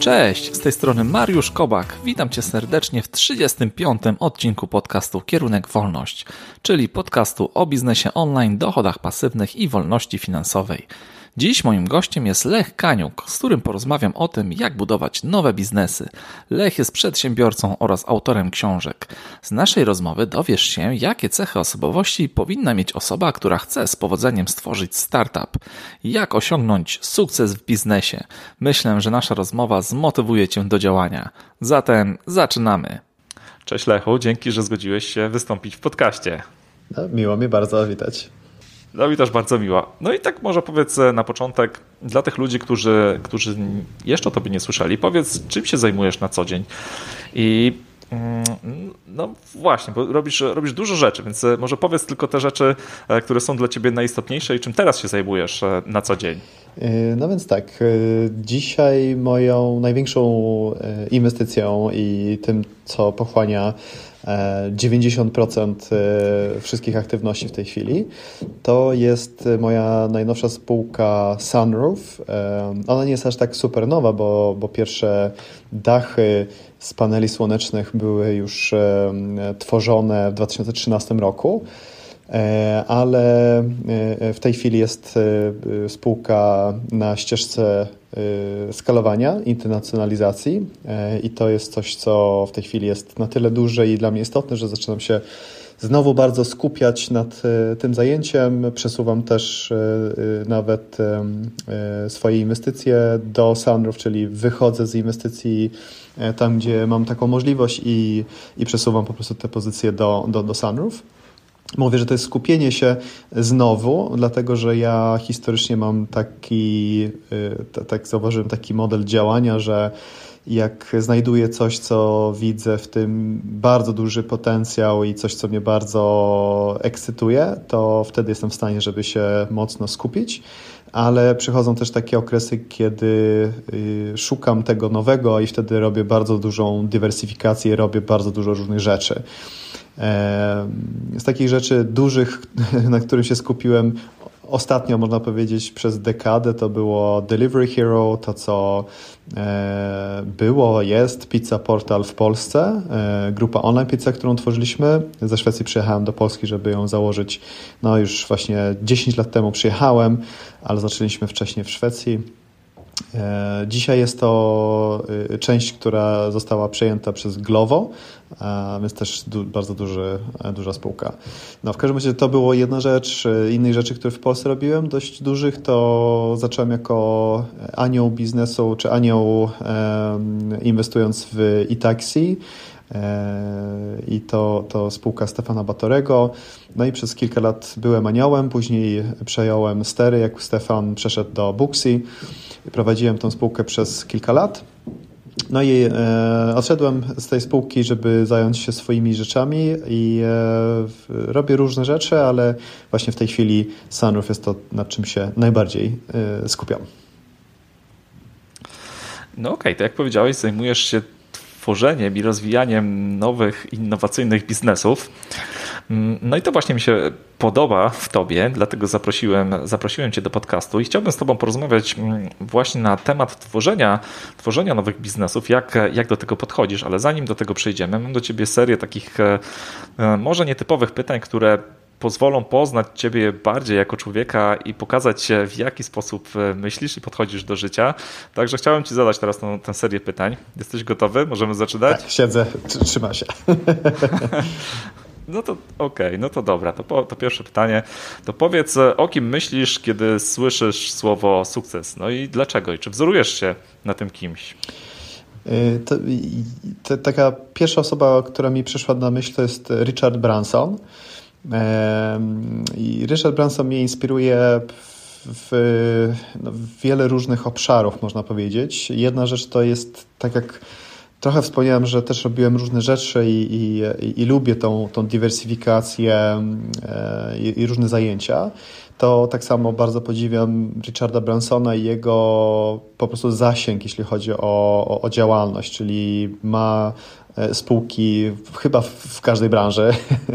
Cześć, z tej strony Mariusz Kobak. Witam Cię serdecznie w 35. odcinku podcastu Kierunek Wolność, czyli podcastu o biznesie online, dochodach pasywnych i wolności finansowej. Dziś moim gościem jest Lech Kaniuk, z którym porozmawiam o tym, jak budować nowe biznesy. Lech jest przedsiębiorcą oraz autorem książek. Z naszej rozmowy dowiesz się, jakie cechy osobowości powinna mieć osoba, która chce z powodzeniem stworzyć startup. Jak osiągnąć sukces w biznesie. Myślę, że nasza rozmowa zmotywuje Cię do działania. Zatem zaczynamy. Cześć Lechu, dzięki, że zgodziłeś się wystąpić w podcaście. No, miło mi bardzo, widać. No mi też bardzo miło. No i tak może powiedz na początek dla tych ludzi, którzy jeszcze o Tobie nie słyszeli, powiedz, czym się zajmujesz na co dzień. I no właśnie, bo robisz dużo rzeczy, więc może powiedz tylko te rzeczy, które są dla Ciebie najistotniejsze i czym teraz się zajmujesz na co dzień. No więc tak, dzisiaj moją największą inwestycją i tym, co pochłania 90% wszystkich aktywności w tej chwili, to jest moja najnowsza spółka Sunroof. Ona nie jest aż tak super nowa, bo pierwsze dachy z paneli słonecznych były już tworzone w 2013 roku. Ale w tej chwili jest spółka na ścieżce skalowania, internacjonalizacji i to jest coś, co w tej chwili jest na tyle duże i dla mnie istotne, że zaczynam się znowu bardzo skupiać nad tym zajęciem. Przesuwam też nawet swoje inwestycje do Sunroof, czyli wychodzę z inwestycji tam, gdzie mam taką możliwość i przesuwam po prostu te pozycje do Sunroof. Mówię, że to jest skupienie się znowu, dlatego że ja historycznie mam tak zauważyłem, taki model działania, że jak znajduję coś, co widzę w tym bardzo duży potencjał i coś, co mnie bardzo ekscytuje, to wtedy jestem w stanie, żeby się mocno skupić. Ale przychodzą też takie okresy, kiedy szukam tego nowego i wtedy robię bardzo dużą dywersyfikację, robię bardzo dużo różnych rzeczy. Z takich rzeczy dużych, na których się skupiłem ostatnio, można powiedzieć, przez dekadę, to było Delivery Hero, to co jest Pizza Portal w Polsce, grupa online pizza, którą tworzyliśmy. Ze Szwecji przyjechałem do Polski, żeby ją założyć. No już właśnie 10 lat temu przyjechałem, ale zaczęliśmy wcześniej w Szwecji. Dzisiaj jest to część, która została przejęta przez Glovo, więc też bardzo duża spółka. No, w każdym razie to było jedna rzecz. Innych rzeczy, które w Polsce robiłem, dość dużych, to zacząłem jako anioł biznesu, czy anioł inwestując w e-taxi. I to spółka Stefana Batorego. No i przez kilka lat byłem aniołem, później przejąłem stery, jak Stefan przeszedł do Booksy. Prowadziłem tą spółkę przez kilka lat. No i odszedłem z tej spółki, żeby zająć się swoimi rzeczami i robię różne rzeczy, ale właśnie w tej chwili Sunroof jest to, nad czym się najbardziej skupiam. No okej, to jak powiedziałeś, zajmujesz się tworzeniem i rozwijaniem nowych, innowacyjnych biznesów. No i to właśnie mi się podoba w Tobie, dlatego zaprosiłem Cię do podcastu i chciałbym z Tobą porozmawiać właśnie na temat tworzenia nowych biznesów, jak do tego podchodzisz, ale zanim do tego przejdziemy, mam do Ciebie serię takich może nietypowych pytań, które pozwolą poznać Ciebie bardziej jako człowieka i pokazać Ci, w jaki sposób myślisz i podchodzisz do życia. Także chciałem Ci zadać teraz tę serię pytań. Jesteś gotowy? Możemy zaczynać? Tak, siedzę, trzyma się. No to okej, no to dobra. To pierwsze pytanie. To powiedz, o kim myślisz, kiedy słyszysz słowo sukces? No i dlaczego? I czy wzorujesz się na tym kimś? Taka pierwsza osoba, która mi przyszła na myśl, to jest Richard Branson. I Richard Branson mnie inspiruje w wiele różnych obszarów, można powiedzieć. Jedna rzecz to jest, tak jak trochę wspomniałem, że też robiłem różne rzeczy i lubię tą dywersyfikację i różne zajęcia. To tak samo bardzo podziwiam Richarda Bransona i jego po prostu zasięg, jeśli chodzi o działalność, czyli ma spółki chyba w każdej branży.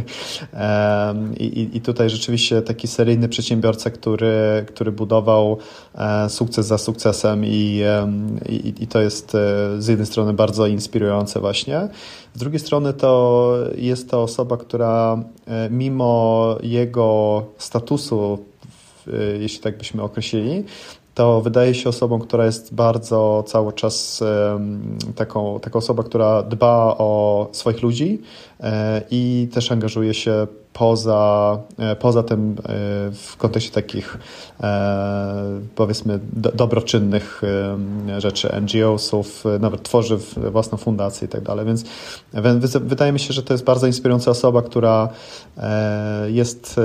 I tutaj rzeczywiście taki seryjny przedsiębiorca, który budował sukces za sukcesem i to jest z jednej strony bardzo inspirujące właśnie. Z drugiej strony to jest to osoba, która mimo jego statusu, jeśli tak byśmy określili, to wydaje się osobą, która jest bardzo cały czas taką osobą, która dba o swoich ludzi i też angażuje się poza tym w kontekście takich powiedzmy dobroczynnych rzeczy, NGO-sów, nawet tworzy własną fundację i tak dalej, więc wydaje mi się, że to jest bardzo inspirująca osoba, która jest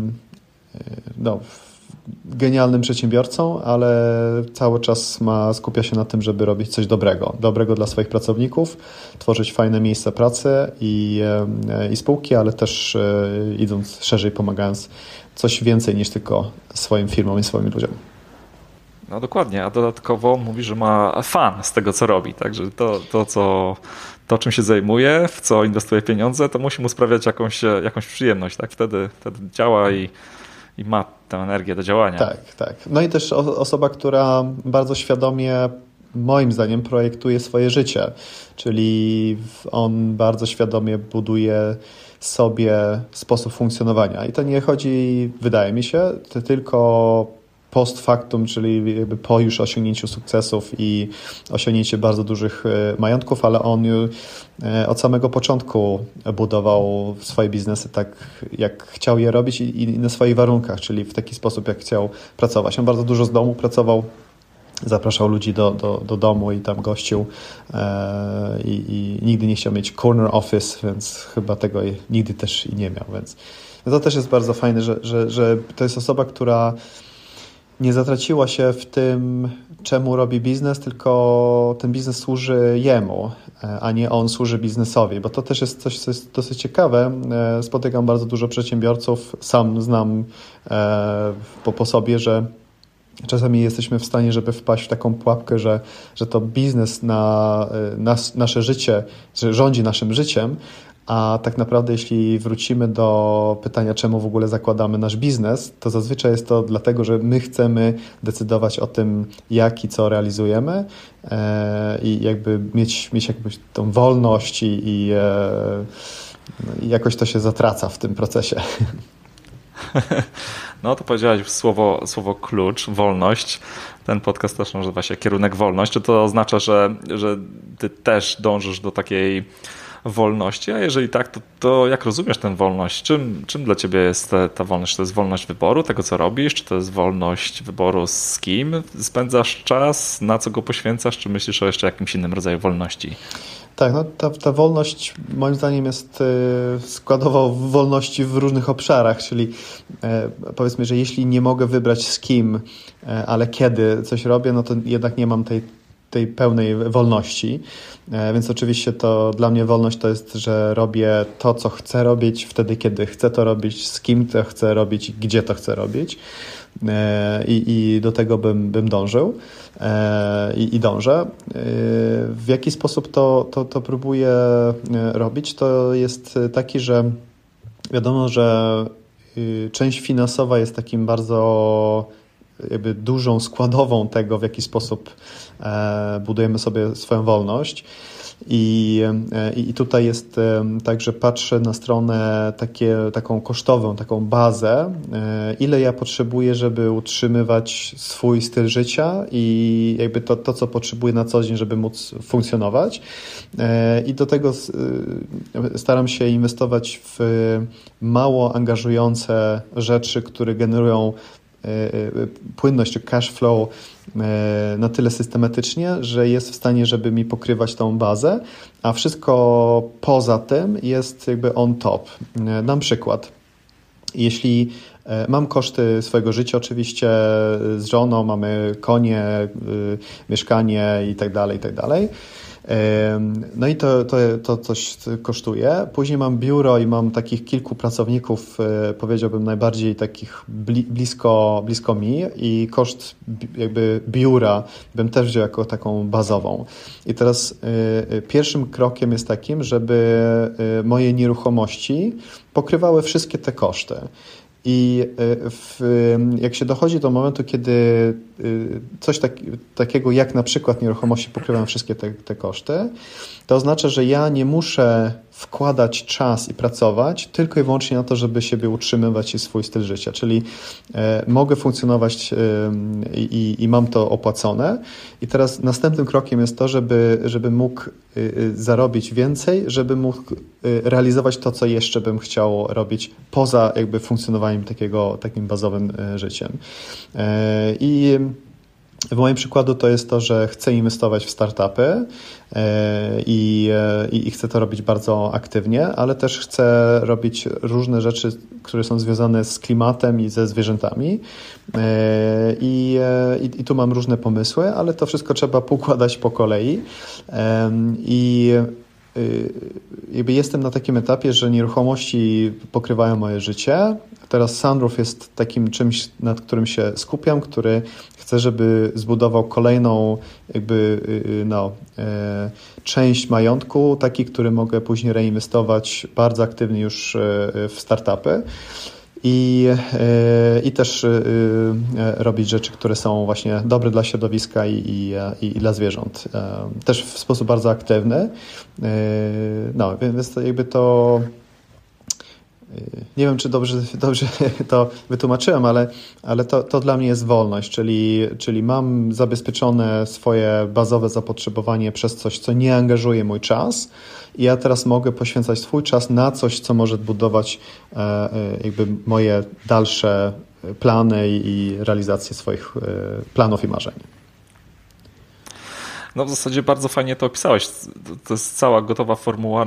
genialnym przedsiębiorcą, ale cały czas skupia się na tym, żeby robić coś dobrego dla swoich pracowników, tworzyć fajne miejsca pracy i spółki, ale też idąc szerzej, pomagając coś więcej niż tylko swoim firmom i swoim ludziom. No dokładnie, a dodatkowo mówi, że ma fan z tego, co robi, także to czym się zajmuje, w co inwestuje pieniądze, to musi mu sprawiać jakąś przyjemność, tak? Wtedy działa i ma tę energię do działania. Tak. No i też osoba, która bardzo świadomie, moim zdaniem, projektuje swoje życie. Czyli on bardzo świadomie buduje sobie sposób funkcjonowania. I to nie chodzi, wydaje mi się, tylko post factum, czyli jakby po już osiągnięciu sukcesów i osiągnięciu bardzo dużych majątków, ale on od samego początku budował swoje biznesy tak, jak chciał je robić i na swoich warunkach, czyli w taki sposób, jak chciał pracować. On bardzo dużo z domu pracował, zapraszał ludzi do domu i tam gościł i nigdy nie chciał mieć corner office, więc chyba tego nigdy też i nie miał. Więc to też jest bardzo fajne, że to jest osoba, która nie zatraciła się w tym, czemu robi biznes, tylko ten biznes służy jemu, a nie on służy biznesowi, bo to też jest coś, co jest dosyć ciekawe. Spotykam bardzo dużo przedsiębiorców, sam znam po sobie, że czasami jesteśmy w stanie, żeby wpaść w taką pułapkę, że to biznes nasze życie, że rządzi naszym życiem, a tak naprawdę jeśli wrócimy do pytania, czemu w ogóle zakładamy nasz biznes, to zazwyczaj jest to dlatego, że my chcemy decydować o tym, jak i co realizujemy i jakby mieć jakby tą wolność i jakoś to się zatraca w tym procesie. No to powiedziałeś słowo klucz, wolność. Ten podcast też nazywa się Kierunek Wolność. Czy to oznacza, że ty też dążysz do takiej wolności, a jeżeli tak, to jak rozumiesz tę wolność? Czym dla ciebie jest ta wolność? Czy to jest wolność wyboru tego, co robisz? Czy to jest wolność wyboru, z kim spędzasz czas, na co go poświęcasz? Czy myślisz o jeszcze jakimś innym rodzaju wolności? Tak, no ta wolność moim zdaniem jest składową wolności w różnych obszarach, czyli powiedzmy, że jeśli nie mogę wybrać z kim, ale kiedy coś robię, no to jednak nie mam tej pełnej wolności. Więc oczywiście to dla mnie wolność to jest, że robię to, co chcę robić, wtedy, kiedy chcę to robić, z kim to chcę robić, gdzie to chcę robić. I do tego bym dążył i dążę. W jaki sposób to próbuję robić, to jest taki, że wiadomo, że część finansowa jest takim bardzo jakby dużą składową tego, w jaki sposób budujemy sobie swoją wolność. I tutaj jest tak, że patrzę na stronę taką kosztową, taką bazę, ile ja potrzebuję, żeby utrzymywać swój styl życia i jakby to co potrzebuję na co dzień, żeby móc funkcjonować. I do tego staram się inwestować w mało angażujące rzeczy, które generują płynność czy cash flow na tyle systematycznie, że jest w stanie, żeby mi pokrywać tą bazę, a wszystko poza tym jest jakby on top. Dam przykład. Jeśli mam koszty swojego życia oczywiście z żoną, mamy konie, mieszkanie i tak dalej, No i to coś kosztuje. Później mam biuro i mam takich kilku pracowników, powiedziałbym najbardziej takich blisko mi i koszt jakby biura bym też wziął jako taką bazową. I teraz pierwszym krokiem jest takim, żeby moje nieruchomości pokrywały wszystkie te koszty. I jak się dochodzi do momentu, kiedy coś takiego jak na przykład nieruchomości pokrywają wszystkie te koszty, to oznacza, że ja nie muszę wkładać czas i pracować tylko i wyłącznie na to, żeby siebie utrzymywać i swój styl życia. Czyli mogę funkcjonować i mam to opłacone. I teraz następnym krokiem jest to, żeby mógł zarobić więcej, żeby mógł realizować to, co jeszcze bym chciał robić poza jakby funkcjonowaniem takim bazowym życiem. I w moim przykładu to jest to, że chcę inwestować w startupy i chcę to robić bardzo aktywnie, ale też chcę robić różne rzeczy, które są związane z klimatem i ze zwierzętami. I tu mam różne pomysły, ale to wszystko trzeba poukładać po kolei. I jakby jestem na takim etapie, że nieruchomości pokrywają moje życie. Teraz Sunroof jest takim czymś, nad którym się skupiam, który chcę, żeby zbudował kolejną jakby część majątku, taki, który mogę później reinwestować bardzo aktywnie już w startupy. I też robić rzeczy, które są właśnie dobre dla środowiska i dla zwierząt. Też w sposób bardzo aktywny. No, więc to jakby to... Nie wiem, czy dobrze to wytłumaczyłem, ale to dla mnie jest wolność, czyli mam zabezpieczone swoje bazowe zapotrzebowanie przez coś, co nie angażuje mój czas i ja teraz mogę poświęcać swój czas na coś, co może budować jakby moje dalsze plany i realizację swoich planów i marzeń. No w zasadzie bardzo fajnie to opisałeś. To jest cała gotowa formuła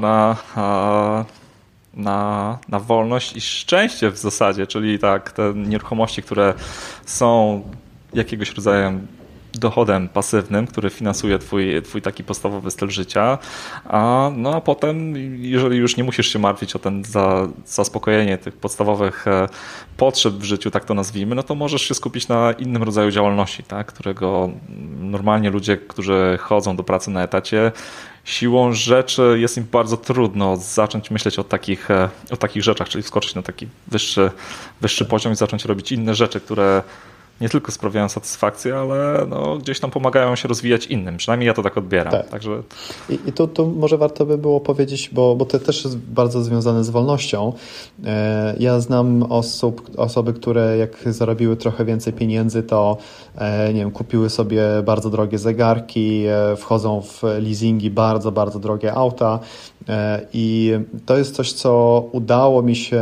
na wolność i szczęście w zasadzie, czyli tak, te nieruchomości, które są jakiegoś rodzaju dochodem pasywnym, który finansuje twój taki podstawowy styl życia, a potem, jeżeli już nie musisz się martwić o zaspokojenie tych podstawowych potrzeb w życiu, tak to nazwijmy, no to możesz się skupić na innym rodzaju działalności, tak, którego normalnie ludzie, którzy chodzą do pracy na etacie, siłą rzeczy jest im bardzo trudno zacząć myśleć o takich rzeczach, czyli wskoczyć na taki wyższy poziom i zacząć robić inne rzeczy, które nie tylko sprawiają satysfakcję, ale gdzieś tam pomagają się rozwijać innym. Przynajmniej ja to tak odbieram. Tak. Także... I tu może warto by było powiedzieć, bo to też jest bardzo związane z wolnością. Ja znam osoby, które jak zarobiły trochę więcej pieniędzy, to nie wiem, kupiły sobie bardzo drogie zegarki, wchodzą w leasingi bardzo, bardzo drogie auta i to jest coś, co udało mi się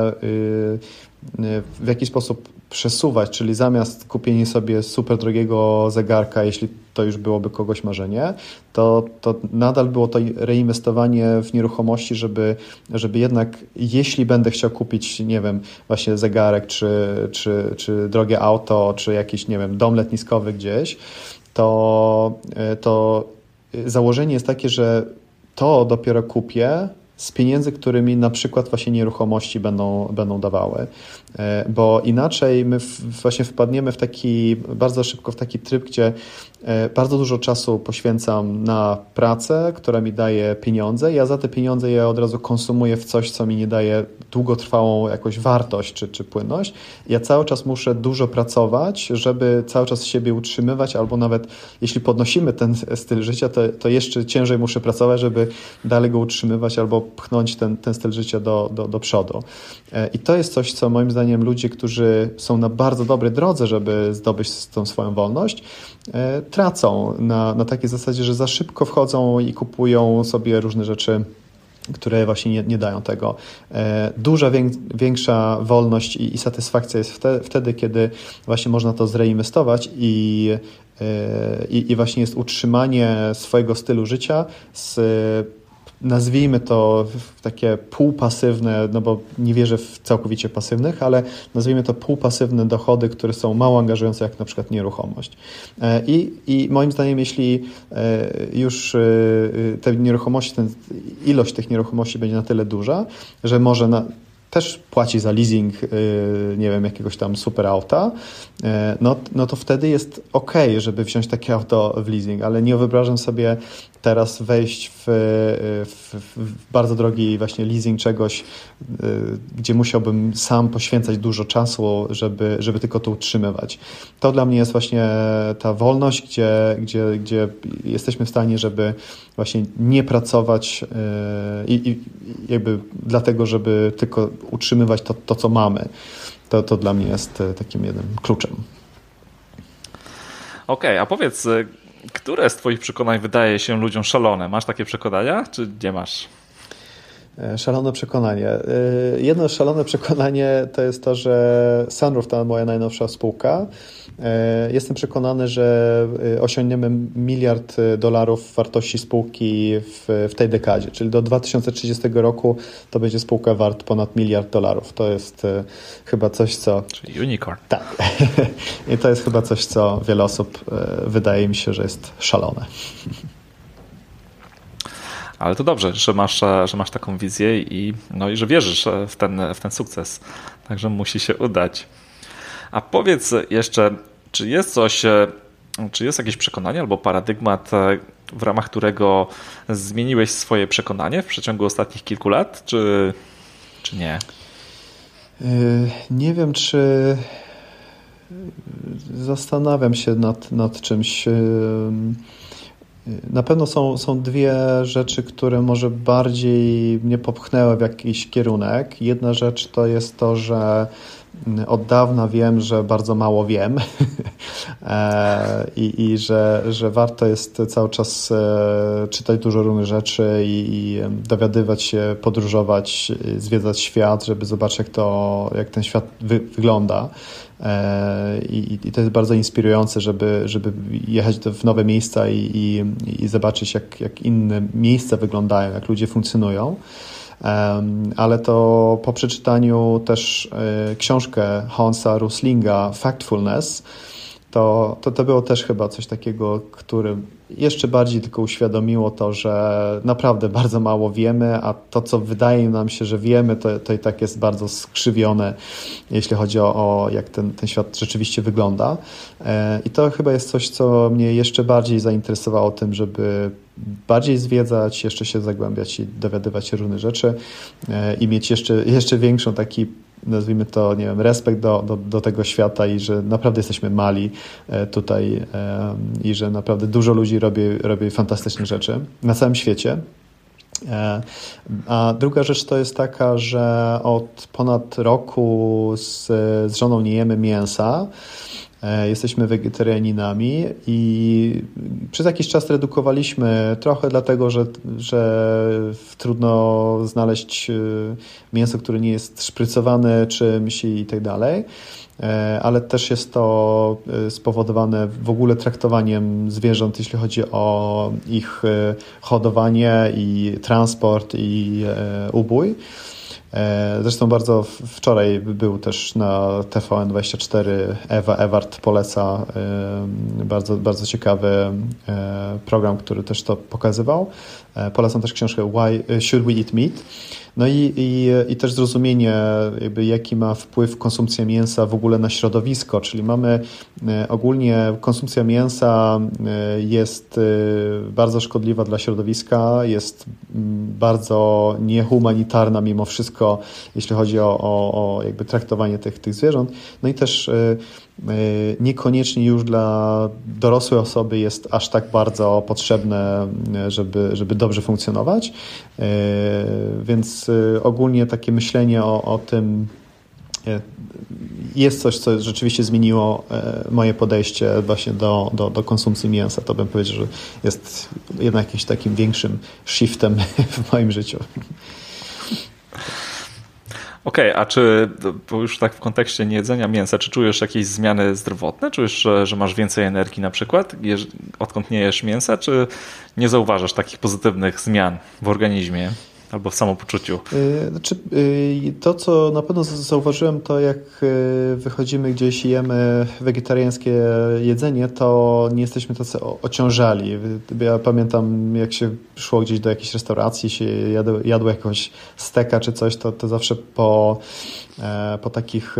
w jakiś sposób przesuwać, czyli zamiast kupienia sobie super drogiego zegarka, jeśli to już byłoby kogoś marzenie, to nadal było to reinwestowanie w nieruchomości, żeby jednak, jeśli będę chciał kupić, nie wiem, właśnie zegarek, czy drogie auto, czy jakiś, nie wiem, dom letniskowy gdzieś, to założenie jest takie, że to dopiero kupię z pieniędzy, którymi na przykład właśnie nieruchomości będą dawały. Bo inaczej my właśnie wpadniemy bardzo szybko w taki tryb, gdzie bardzo dużo czasu poświęcam na pracę, która mi daje pieniądze. Ja za te pieniądze je od razu konsumuję w coś, co mi nie daje długotrwałą jakąś wartość czy płynność. Ja cały czas muszę dużo pracować, żeby cały czas siebie utrzymywać, albo nawet jeśli podnosimy ten styl życia, to jeszcze ciężej muszę pracować, żeby dalej go utrzymywać albo pchnąć ten styl życia do przodu. I to jest coś, co moim zdaniem ludzie, którzy są na bardzo dobrej drodze, żeby zdobyć tą swoją wolność, tracą na takiej zasadzie, że za szybko wchodzą i kupują sobie różne rzeczy, które właśnie nie dają tego. Duża, większa wolność i satysfakcja jest wtedy, kiedy właśnie można to zreinwestować i właśnie jest utrzymanie swojego stylu życia z nazwijmy to takie półpasywne, no bo nie wierzę w całkowicie pasywnych, ale nazwijmy to półpasywne dochody, które są mało angażujące, jak na przykład nieruchomość. I moim zdaniem, jeśli już te nieruchomości, ilość tych nieruchomości będzie na tyle duża, że może też płaci za leasing, nie wiem, jakiegoś tam super auta, no to wtedy jest okej, żeby wziąć takie auto w leasing, ale nie wyobrażam sobie teraz wejść w bardzo drogi właśnie leasing czegoś, gdzie musiałbym sam poświęcać dużo czasu, żeby tylko to utrzymywać. To dla mnie jest właśnie ta wolność, gdzie jesteśmy w stanie, żeby właśnie nie pracować i jakby dlatego, żeby tylko utrzymywać to co mamy. To dla mnie jest takim jednym kluczem. Okej, a powiedz, które z twoich przekonań wydaje się ludziom szalone? Masz takie przekonania, czy nie masz? Szalone przekonanie. Jedno szalone przekonanie to jest to, że Sunroof, ta moja najnowsza spółka, jestem przekonany, że osiągniemy $1 miliard wartości spółki w tej dekadzie, czyli do 2030 roku to będzie spółka wart ponad $1 miliard. To jest chyba coś, co... Czyli unicorn. Tak. I to jest chyba coś, co wiele osób wydaje mi się, że jest szalone. Ale to dobrze, że masz taką wizję i że wierzysz w ten sukces. Także musi się udać. A powiedz jeszcze, czy jest jakieś przekonanie albo paradygmat, w ramach którego zmieniłeś swoje przekonanie w przeciągu ostatnich kilku lat, czy nie? Nie wiem, czy zastanawiam się nad czymś. Na pewno są dwie rzeczy, które może bardziej mnie popchnęły w jakiś kierunek. Jedna rzecz to jest to, że od dawna wiem, że bardzo mało wiem i że warto jest cały czas czytać dużo różnych rzeczy i dowiadywać się, podróżować, zwiedzać świat, żeby zobaczyć, jak ten świat wygląda. I to jest bardzo inspirujące, żeby jechać w nowe miejsca i zobaczyć, jak inne miejsca wyglądają, jak ludzie funkcjonują. Ale to po przeczytaniu też książkę Hansa Roslinga Factfulness, to było też chyba coś takiego, które jeszcze bardziej tylko uświadomiło to, że naprawdę bardzo mało wiemy, a to, co wydaje nam się, że wiemy, to i tak jest bardzo skrzywione, jeśli chodzi o jak ten świat rzeczywiście wygląda. I to chyba jest coś, co mnie jeszcze bardziej zainteresowało tym, żeby bardziej zwiedzać, jeszcze się zagłębiać i dowiadywać się różnych rzeczy i mieć jeszcze większą taki, nazwijmy to, nie wiem, respekt do tego świata i że naprawdę jesteśmy mali tutaj i że naprawdę dużo ludzi robi fantastyczne rzeczy na całym świecie. A druga rzecz to jest taka, że od ponad roku z żoną nie jemy mięsa. Jesteśmy wegetarianinami i przez jakiś czas redukowaliśmy trochę dlatego, że trudno znaleźć mięso, które nie jest szprycowane czymś i tak dalej, ale też jest to spowodowane w ogóle traktowaniem zwierząt, jeśli chodzi o ich hodowanie i transport i ubój. Zresztą bardzo wczoraj był też na TVN24 Ewa Ewart poleca bardzo, bardzo ciekawy program, który też to pokazywał. Polecam też książkę Why Should We Eat Meat? No i też zrozumienie, jakby jaki ma wpływ konsumpcja mięsa w ogóle na środowisko, czyli mamy ogólnie konsumpcja mięsa jest bardzo szkodliwa dla środowiska, jest bardzo niehumanitarna mimo wszystko, jeśli chodzi o jakby traktowanie tych zwierząt. No i też niekoniecznie już dla dorosłej osoby jest aż tak bardzo potrzebne, żeby dobrze funkcjonować. Więc ogólnie takie myślenie o tym jest coś, co rzeczywiście zmieniło moje podejście właśnie do konsumpcji mięsa. To bym powiedział, że jest jednak jakimś takim większym shiftem w moim życiu. Okej, a czy, bo już tak w kontekście niejedzenia mięsa, czy czujesz jakieś zmiany zdrowotne? Czujesz, że masz więcej energii na przykład, odkąd nie jesz mięsa, czy nie zauważasz takich pozytywnych zmian w organizmie albo w samopoczuciu? To, co na pewno zauważyłem, to jak wychodzimy gdzieś i jemy wegetariańskie jedzenie, to nie jesteśmy tacy ociążali. Ja pamiętam, jak się szło gdzieś do jakiejś restauracji, się jadło jakiegoś steka czy coś, to zawsze po takich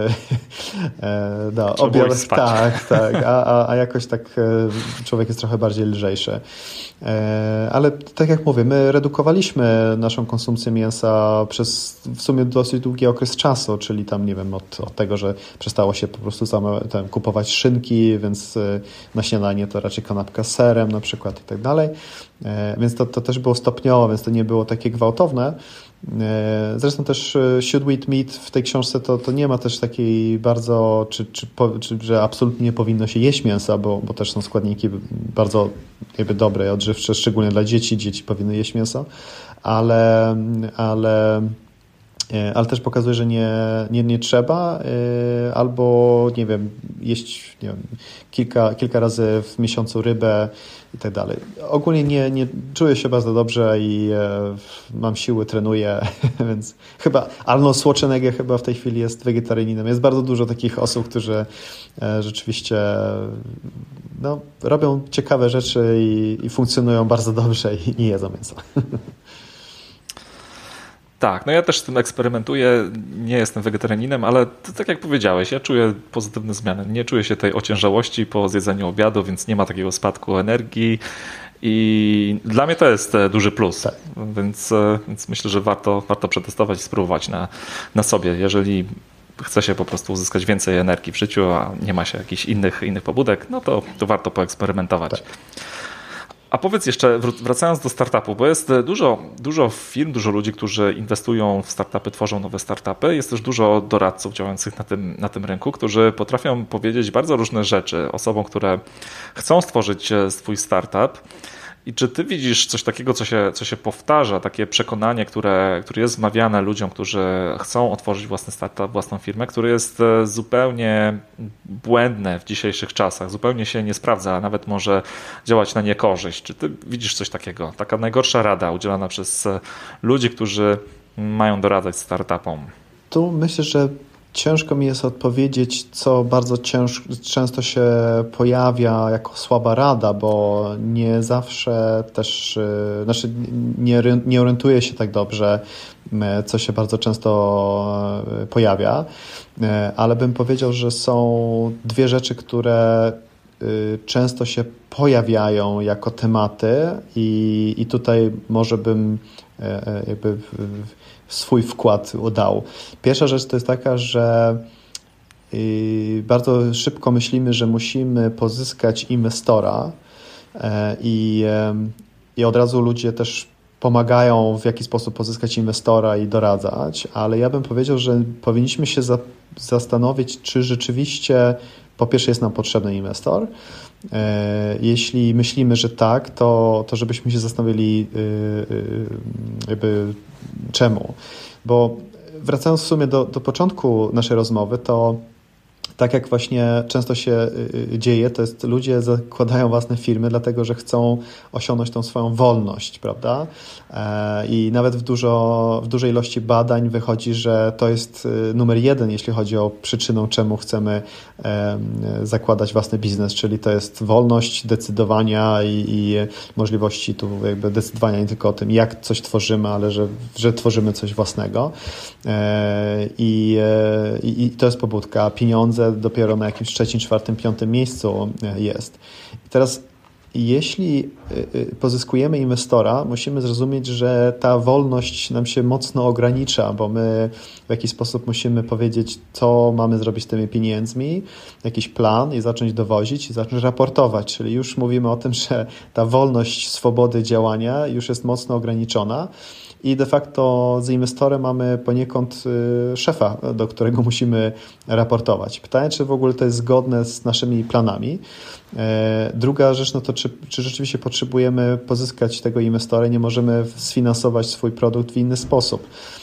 objawach, tak, a jakoś tak człowiek jest trochę bardziej lżejszy. Ale tak jak mówię, my redukowaliśmy naszą konsumpcję mięsa przez w sumie dosyć długi okres czasu, czyli tam, nie wiem, od tego, że przestało się po prostu kupować szynki, więc na śniadanie to raczej kanapka z serem na przykład i tak dalej. Więc to też było stopniowo, więc to nie było takie gwałtowne. Zresztą też Should We Eat Meat w tej książce to nie ma też takiej bardzo, że absolutnie nie powinno się jeść mięsa, bo też są składniki bardzo jakby dobre, odżywcze, szczególnie dla dzieci. Dzieci powinny jeść mięso, ale też pokazuje, że nie trzeba, albo nie wiem, jeść nie wiem, kilka razy w miesiącu rybę i tak dalej. Ogólnie nie czuję się bardzo dobrze i mam siły, trenuję, więc chyba Arnold Schwarzenegger chyba w tej chwili jest wegetarianinem. Jest bardzo dużo takich osób, którzy rzeczywiście robią ciekawe rzeczy i funkcjonują bardzo dobrze i nie jedzą mięsa. Tak, ja też z tym eksperymentuję, nie jestem wegetarianinem, ale tak jak powiedziałeś, ja czuję pozytywne zmiany. Nie czuję się tej ociężałości po zjedzeniu obiadu, więc nie ma takiego spadku energii i dla mnie to jest duży plus, tak. Więc myślę, że warto przetestować i spróbować na sobie, jeżeli chce się po prostu uzyskać więcej energii w życiu, a nie ma się jakichś innych pobudek, to warto poeksperymentować. Tak. A powiedz jeszcze, wracając do startupu, bo jest dużo firm, dużo ludzi, którzy inwestują w startupy, tworzą nowe startupy. Jest też dużo doradców działających na tym rynku, którzy potrafią powiedzieć bardzo różne rzeczy osobom, które chcą stworzyć swój startup. I czy ty widzisz coś takiego, co się powtarza, takie przekonanie, które jest wmawiane ludziom, którzy chcą otworzyć własny startup, własną firmę, które jest zupełnie błędne w dzisiejszych czasach, zupełnie się nie sprawdza, a nawet może działać na niekorzyść. Czy ty widzisz coś takiego? Taka najgorsza rada udzielana przez ludzi, którzy mają doradzać startupom. Tu myślę, że ciężko mi jest odpowiedzieć, co bardzo często się pojawia jako słaba rada, bo nie zawsze też, nie orientuję się tak dobrze, co się bardzo często pojawia, ale bym powiedział, że są dwie rzeczy, które często się pojawiają jako tematy i tutaj może bym jakby swój wkład dał. Pierwsza rzecz to jest taka, że bardzo szybko myślimy, że musimy pozyskać inwestora i od razu ludzie też pomagają w jaki sposób pozyskać inwestora i doradzać, ale ja bym powiedział, że powinniśmy się zastanowić, czy rzeczywiście po pierwsze jest nam potrzebny inwestor. Jeśli myślimy, że tak, to żebyśmy się zastanowili jakby czemu. Bo wracając w sumie do początku naszej rozmowy, to tak jak właśnie często się dzieje, to jest ludzie zakładają własne firmy, dlatego że chcą osiągnąć tą swoją wolność, prawda? I nawet w dużej ilości badań wychodzi, że to jest numer jeden, jeśli chodzi o przyczynę, czemu chcemy zakładać własny biznes, czyli to jest wolność decydowania i możliwości tu jakby decydowania nie tylko o tym, jak coś tworzymy, ale że tworzymy coś własnego. I to jest pobudka. Pieniądze dopiero na jakimś 3., 4., 5. miejscu jest. I teraz jeśli pozyskujemy inwestora, musimy zrozumieć, że ta wolność nam się mocno ogranicza, bo my w jakiś sposób musimy powiedzieć, co mamy zrobić z tymi pieniędzmi, jakiś plan i zacząć dowozić i zacząć raportować. Czyli już mówimy o tym, że ta wolność swobody działania już jest mocno ograniczona. I de facto z inwestorem mamy poniekąd szefa, do którego musimy raportować. Pytanie, czy w ogóle to jest zgodne z naszymi planami. Druga rzecz, to czy rzeczywiście potrzebujemy pozyskać tego inwestora i nie możemy sfinansować swój produkt w inny sposób.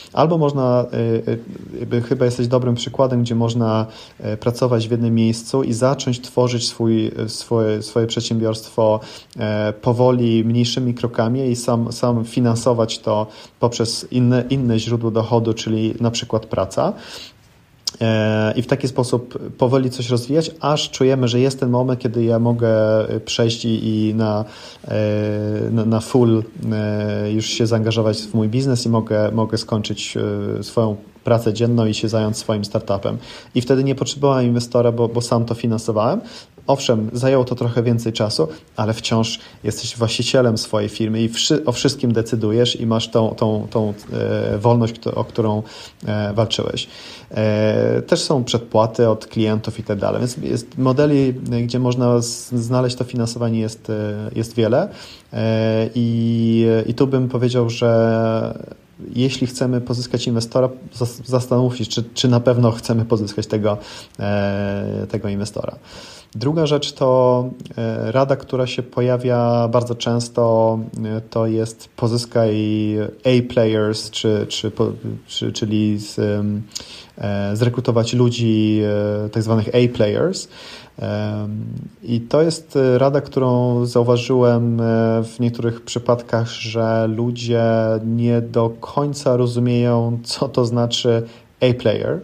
Albo można, chyba jesteś dobrym przykładem, gdzie można pracować w jednym miejscu i zacząć tworzyć swoje przedsiębiorstwo powoli, mniejszymi krokami i sam finansować to poprzez inne źródło dochodu, czyli na przykład praca. I w taki sposób powoli coś rozwijać, aż czujemy, że jest ten moment, kiedy ja mogę przejść i na full już się zaangażować w mój biznes i mogę skończyć swoją pracę dzienną i się zająć swoim startupem. I wtedy nie potrzebowałem inwestora, bo sam to finansowałem. Owszem, zajęło to trochę więcej czasu, ale wciąż jesteś właścicielem swojej firmy i o wszystkim decydujesz i masz tą wolność, o którą walczyłeś. Też są przedpłaty od klientów i tak dalej, więc jest modeli, gdzie można znaleźć to finansowanie jest wiele i tu bym powiedział, że jeśli chcemy pozyskać inwestora, zastanówmy się, czy na pewno chcemy pozyskać tego inwestora. Druga rzecz to rada, która się pojawia bardzo często, to jest pozyskaj A-players, czyli zrekrutować ludzi, tak zwanych A-players. I to jest rada, którą zauważyłem w niektórych przypadkach, że ludzie nie do końca rozumieją, co to znaczy A-player.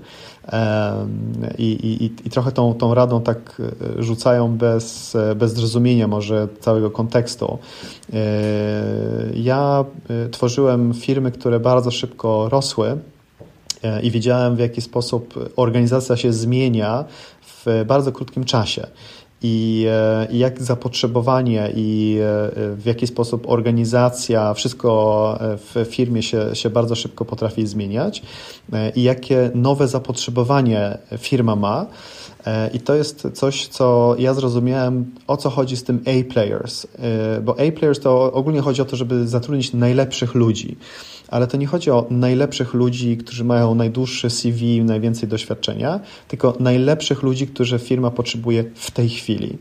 I trochę tą radą tak rzucają bez zrozumienia może całego kontekstu. Ja tworzyłem firmy, które bardzo szybko rosły i widziałem, w jaki sposób organizacja się zmienia w bardzo krótkim czasie. I jak zapotrzebowanie i w jaki sposób organizacja, wszystko w firmie się bardzo szybko potrafi zmieniać i jakie nowe zapotrzebowanie firma ma. I to jest coś, co ja zrozumiałem, o co chodzi z tym A-players. Bo A-players to ogólnie chodzi o to, żeby zatrudnić najlepszych ludzi. Ale to nie chodzi o najlepszych ludzi, którzy mają najdłuższe CV, najwięcej doświadczenia, tylko najlepszych ludzi, którzy firma potrzebuje w tej chwili.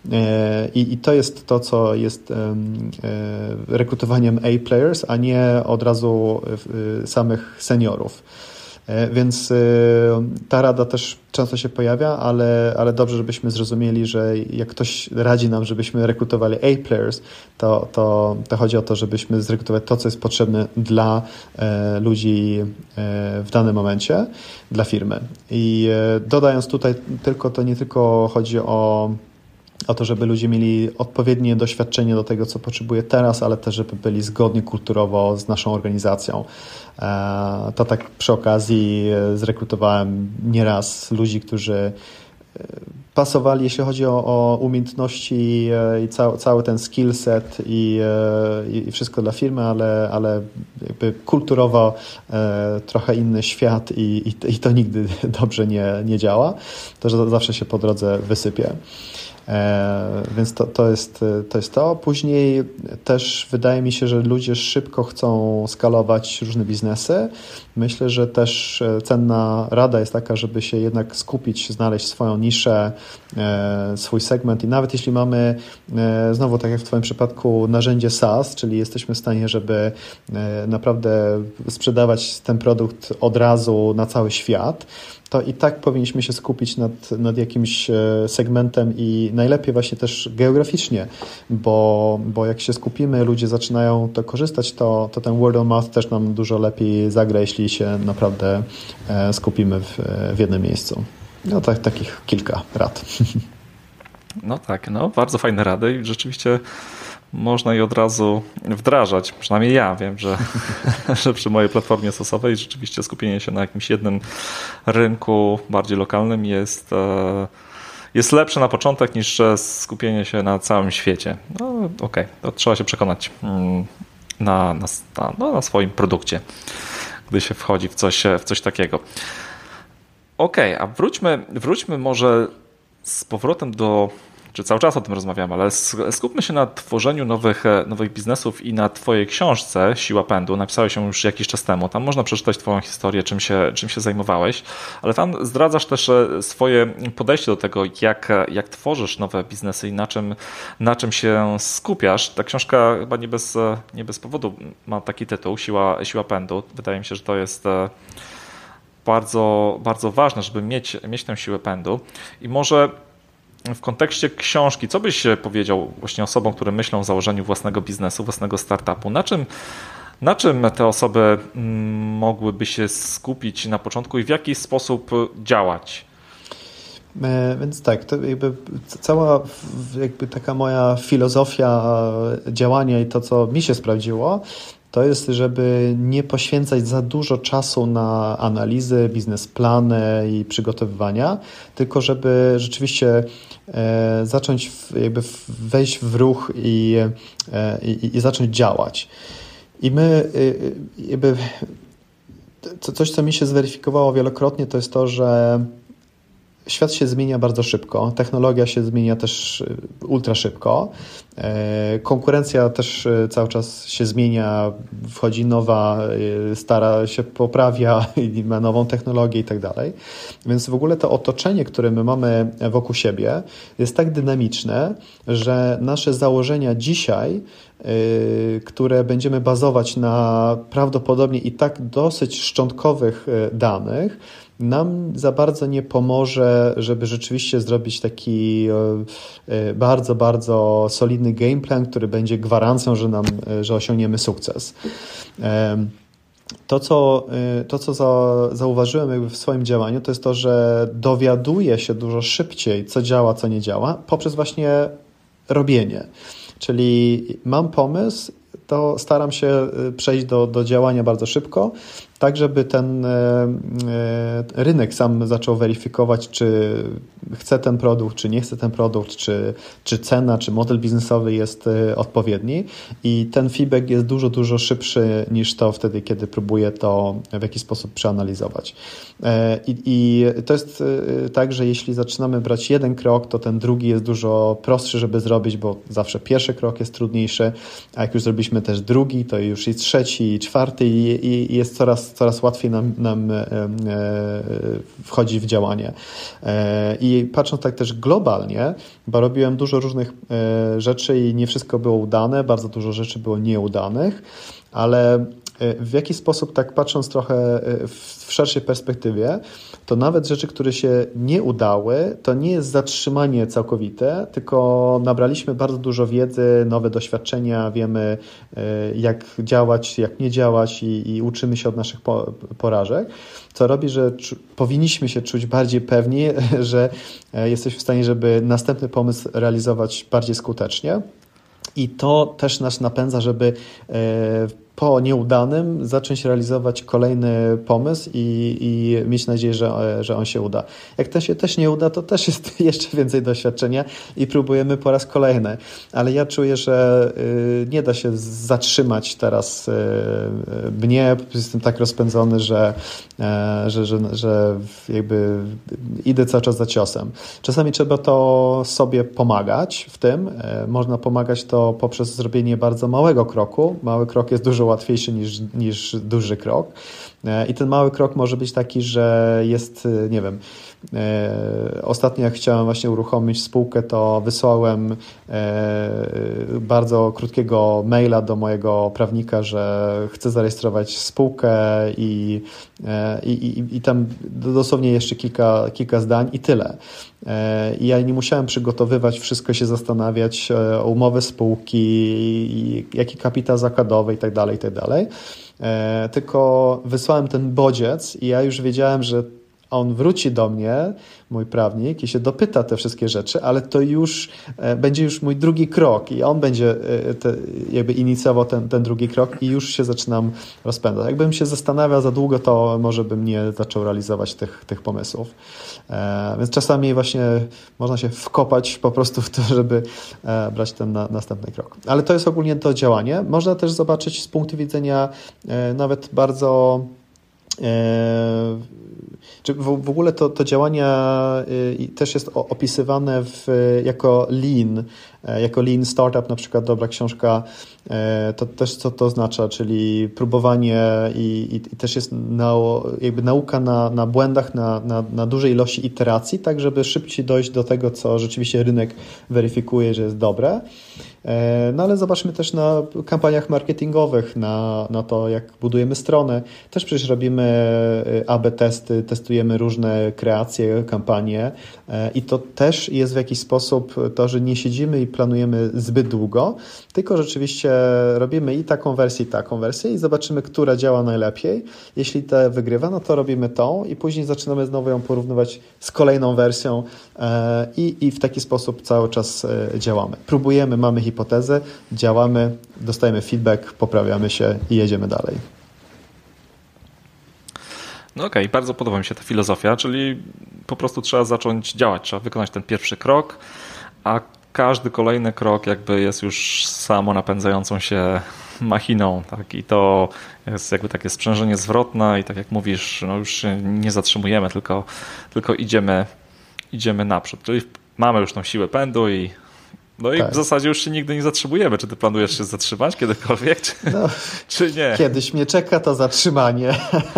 I to jest to, co jest rekrutowaniem A-players, a nie od razu samych seniorów. Więc ta rada też często się pojawia, ale dobrze, żebyśmy zrozumieli, że jak ktoś radzi nam, żebyśmy rekrutowali A-players, to chodzi o to, żebyśmy zrekrutować to, co jest potrzebne dla ludzi w danym momencie, dla firmy. I dodając tutaj to nie tylko chodzi o to, żeby ludzie mieli odpowiednie doświadczenie do tego, co potrzebuje teraz, ale też, żeby byli zgodni kulturowo z naszą organizacją. To tak przy okazji zrekrutowałem nieraz ludzi, którzy pasowali, jeśli chodzi o umiejętności i cały ten skill set i wszystko dla firmy, ale jakby kulturowo trochę inny świat i to nigdy dobrze nie działa. To zawsze się po drodze wysypie. Więc to jest to. Później też wydaje mi się, że ludzie szybko chcą skalować różne biznesy. Myślę, że też cenna rada jest taka, żeby się jednak skupić, znaleźć swoją niszę, swój segment i nawet jeśli mamy, znowu tak jak w Twoim przypadku, narzędzie SaaS, czyli jesteśmy w stanie, żeby naprawdę sprzedawać ten produkt od razu na cały świat, to i tak powinniśmy się skupić nad jakimś segmentem i najlepiej właśnie też geograficznie, bo jak się skupimy, ludzie zaczynają to korzystać, to ten word of mouth też nam dużo lepiej zagra, jeśli się naprawdę skupimy w jednym miejscu. No takich kilka rad. No tak, bardzo fajne rady i rzeczywiście można je od razu wdrażać. Przynajmniej ja wiem, że przy mojej platformie stosowej rzeczywiście skupienie się na jakimś jednym rynku bardziej lokalnym jest lepsze na początek niż skupienie się na całym świecie. No okej, to trzeba się przekonać na swoim produkcie, gdy się wchodzi w coś takiego. Okej, a wróćmy może z powrotem do czy cały czas o tym rozmawiamy, ale skupmy się na tworzeniu nowych biznesów i na twojej książce Siła Pędu. Napisałeś ją już jakiś czas temu. Tam można przeczytać twoją historię, czym się zajmowałeś, ale tam zdradzasz też swoje podejście do tego, jak tworzysz nowe biznesy i na czym się skupiasz. Ta książka chyba nie bez powodu ma taki tytuł, Siła Pędu. Wydaje mi się, że to jest bardzo, bardzo ważne, żeby mieć tę siłę pędu. I może w kontekście książki, co byś powiedział właśnie osobom, które myślą o założeniu własnego biznesu, własnego startupu? Na czym te osoby mogłyby się skupić na początku i w jaki sposób działać? Więc tak, to cała taka moja filozofia działania i to, co mi się sprawdziło, to jest, żeby nie poświęcać za dużo czasu na analizy, biznesplany i przygotowywania, tylko żeby rzeczywiście zacząć wejść w ruch i zacząć działać. I my coś, co mi się zweryfikowało wielokrotnie, to jest to, że świat się zmienia bardzo szybko, technologia się zmienia też ultra szybko, konkurencja też cały czas się zmienia, wchodzi nowa, stara się poprawia i ma nową technologię i tak dalej. Więc w ogóle to otoczenie, które my mamy wokół siebie, jest tak dynamiczne, że nasze założenia dzisiaj, które będziemy bazować na prawdopodobnie i tak dosyć szczątkowych danych, nam za bardzo nie pomoże, żeby rzeczywiście zrobić taki bardzo, bardzo solidny gameplan, który będzie gwarancją, że osiągniemy sukces. To, co zauważyłem w swoim działaniu, to jest to, że dowiaduję się dużo szybciej, co działa, co nie działa, poprzez właśnie robienie. Czyli mam pomysł, to staram się przejść do działania bardzo szybko, tak żeby ten rynek sam zaczął weryfikować, czy chce ten produkt, czy nie chce ten produkt, czy cena, czy model biznesowy jest odpowiedni i ten feedback jest dużo, dużo szybszy niż to wtedy, kiedy próbuję to w jakiś sposób przeanalizować. I to jest tak, że jeśli zaczynamy brać jeden krok, to ten drugi jest dużo prostszy, żeby zrobić, bo zawsze pierwszy krok jest trudniejszy, a jak już zrobiliśmy też drugi, to już jest trzeci i czwarty i jest coraz łatwiej nam wchodzi w działanie. I patrząc tak też globalnie, bo robiłem dużo różnych rzeczy i nie wszystko było udane, bardzo dużo rzeczy było nieudanych, ale w jaki sposób, tak patrząc trochę w szerszej perspektywie, to nawet rzeczy, które się nie udały, to nie jest zatrzymanie całkowite, tylko nabraliśmy bardzo dużo wiedzy, nowe doświadczenia, wiemy jak działać, jak nie działać i uczymy się od naszych porażek, co robi, że powinniśmy się czuć bardziej pewni, że jesteśmy w stanie, żeby następny pomysł realizować bardziej skutecznie. I to też nas napędza, żeby po nieudanym zacząć realizować kolejny pomysł i mieć nadzieję, że on się uda. Jak ten się też nie uda, to też jest jeszcze więcej doświadczenia i próbujemy po raz kolejny. Ale ja czuję, że nie da się zatrzymać teraz mnie. Jestem tak rozpędzony, że jakby idę cały czas za ciosem. Czasami trzeba to sobie pomagać w tym. Można pomagać to poprzez zrobienie bardzo małego kroku. Mały krok jest dużo łatwiejszy niż duży krok. I ten mały krok może być taki, że jest, nie wiem, ostatnio jak chciałem właśnie uruchomić spółkę, to wysłałem bardzo krótkiego maila do mojego prawnika, że chcę zarejestrować spółkę i tam dosłownie jeszcze kilka zdań i tyle. I ja nie musiałem przygotowywać, wszystko się zastanawiać o umowę spółki, jaki kapitał zakładowy i tak dalej. Tylko wysłałem ten bodziec i ja już wiedziałem, że on wróci do mnie, mój prawnik, i się dopyta te wszystkie rzeczy, ale to już będzie już mój drugi krok i on będzie jakby inicjował ten drugi krok i już się zaczynam rozpędzać. Jakbym się zastanawiał za długo, to może bym nie zaczął realizować tych pomysłów. Więc czasami właśnie można się wkopać po prostu w to, żeby brać ten następny krok. Ale to jest ogólnie to działanie. Można też zobaczyć z punktu widzenia nawet bardzo Czy w ogóle to działanie też jest opisywane jako Lean Startup, na przykład dobra książka, to też co to oznacza, czyli próbowanie i też jest jakby nauka na błędach, na dużej ilości iteracji, tak żeby szybciej dojść do tego, co rzeczywiście rynek weryfikuje, że jest dobre. No ale zobaczmy też na kampaniach marketingowych, na to, jak budujemy stronę. Też przecież robimy AB testy, testujemy różne kreacje, kampanie i to też jest w jakiś sposób to, że nie siedzimy i planujemy zbyt długo, tylko rzeczywiście robimy i taką wersję i zobaczymy, która działa najlepiej. Jeśli ta wygrywa, no to robimy tą i później zaczynamy znowu ją porównywać z kolejną wersją i w taki sposób cały czas działamy. Próbujemy, mamy hipotezę, działamy, dostajemy feedback, poprawiamy się i jedziemy dalej. No okej, bardzo podoba mi się ta filozofia, czyli po prostu trzeba zacząć działać, trzeba wykonać ten pierwszy krok, a każdy kolejny krok jakby jest już samo napędzającą się machiną, tak? I to jest jakby takie sprzężenie zwrotne i tak jak mówisz, no już się nie zatrzymujemy, tylko idziemy naprzód, czyli mamy już tą siłę pędu i w zasadzie już się nigdy nie zatrzymujemy. Czy ty planujesz się zatrzymać kiedykolwiek, czy nie? Kiedyś mnie czeka to zatrzymanie,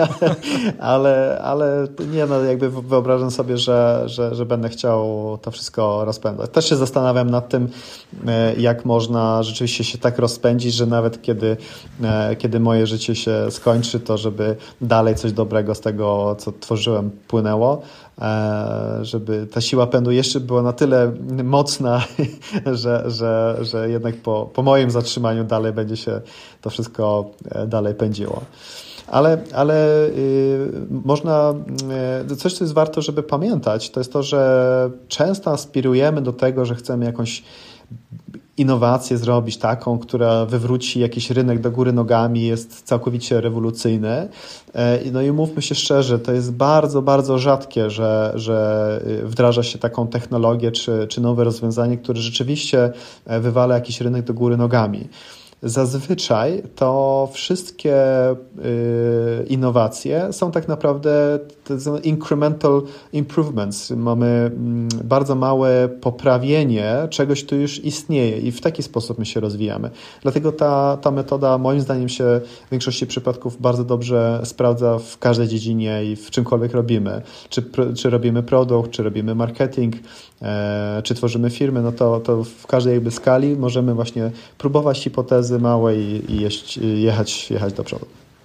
ale nie, no jakby wyobrażam sobie, że będę chciał to wszystko rozpędzać. Też się zastanawiam nad tym, jak można rzeczywiście się tak rozpędzić, że nawet kiedy moje życie się skończy, to żeby dalej coś dobrego z tego, co tworzyłem, płynęło. Żeby ta siła pędu jeszcze była na tyle mocna, że jednak po moim zatrzymaniu dalej będzie się to wszystko dalej pędziło. Ale można, coś co jest warto, żeby pamiętać, to jest to, że często aspirujemy do tego, że chcemy jakąś innowację zrobić taką, która wywróci jakiś rynek do góry nogami, jest całkowicie rewolucyjny. No i mówmy się szczerze, to jest bardzo, bardzo rzadkie, że wdraża się taką technologię czy nowe rozwiązanie, które rzeczywiście wywala jakiś rynek do góry nogami. Zazwyczaj to wszystkie innowacje są tak naprawdę incremental improvements. Mamy bardzo małe poprawienie czegoś, co już istnieje i w taki sposób my się rozwijamy. Dlatego ta metoda moim zdaniem się w większości przypadków bardzo dobrze sprawdza w każdej dziedzinie i w czymkolwiek robimy. Czy robimy produkt, czy robimy marketing, czy tworzymy firmy, no to w każdej jakby skali możemy właśnie próbować hipotezy małe i jechać do przodu.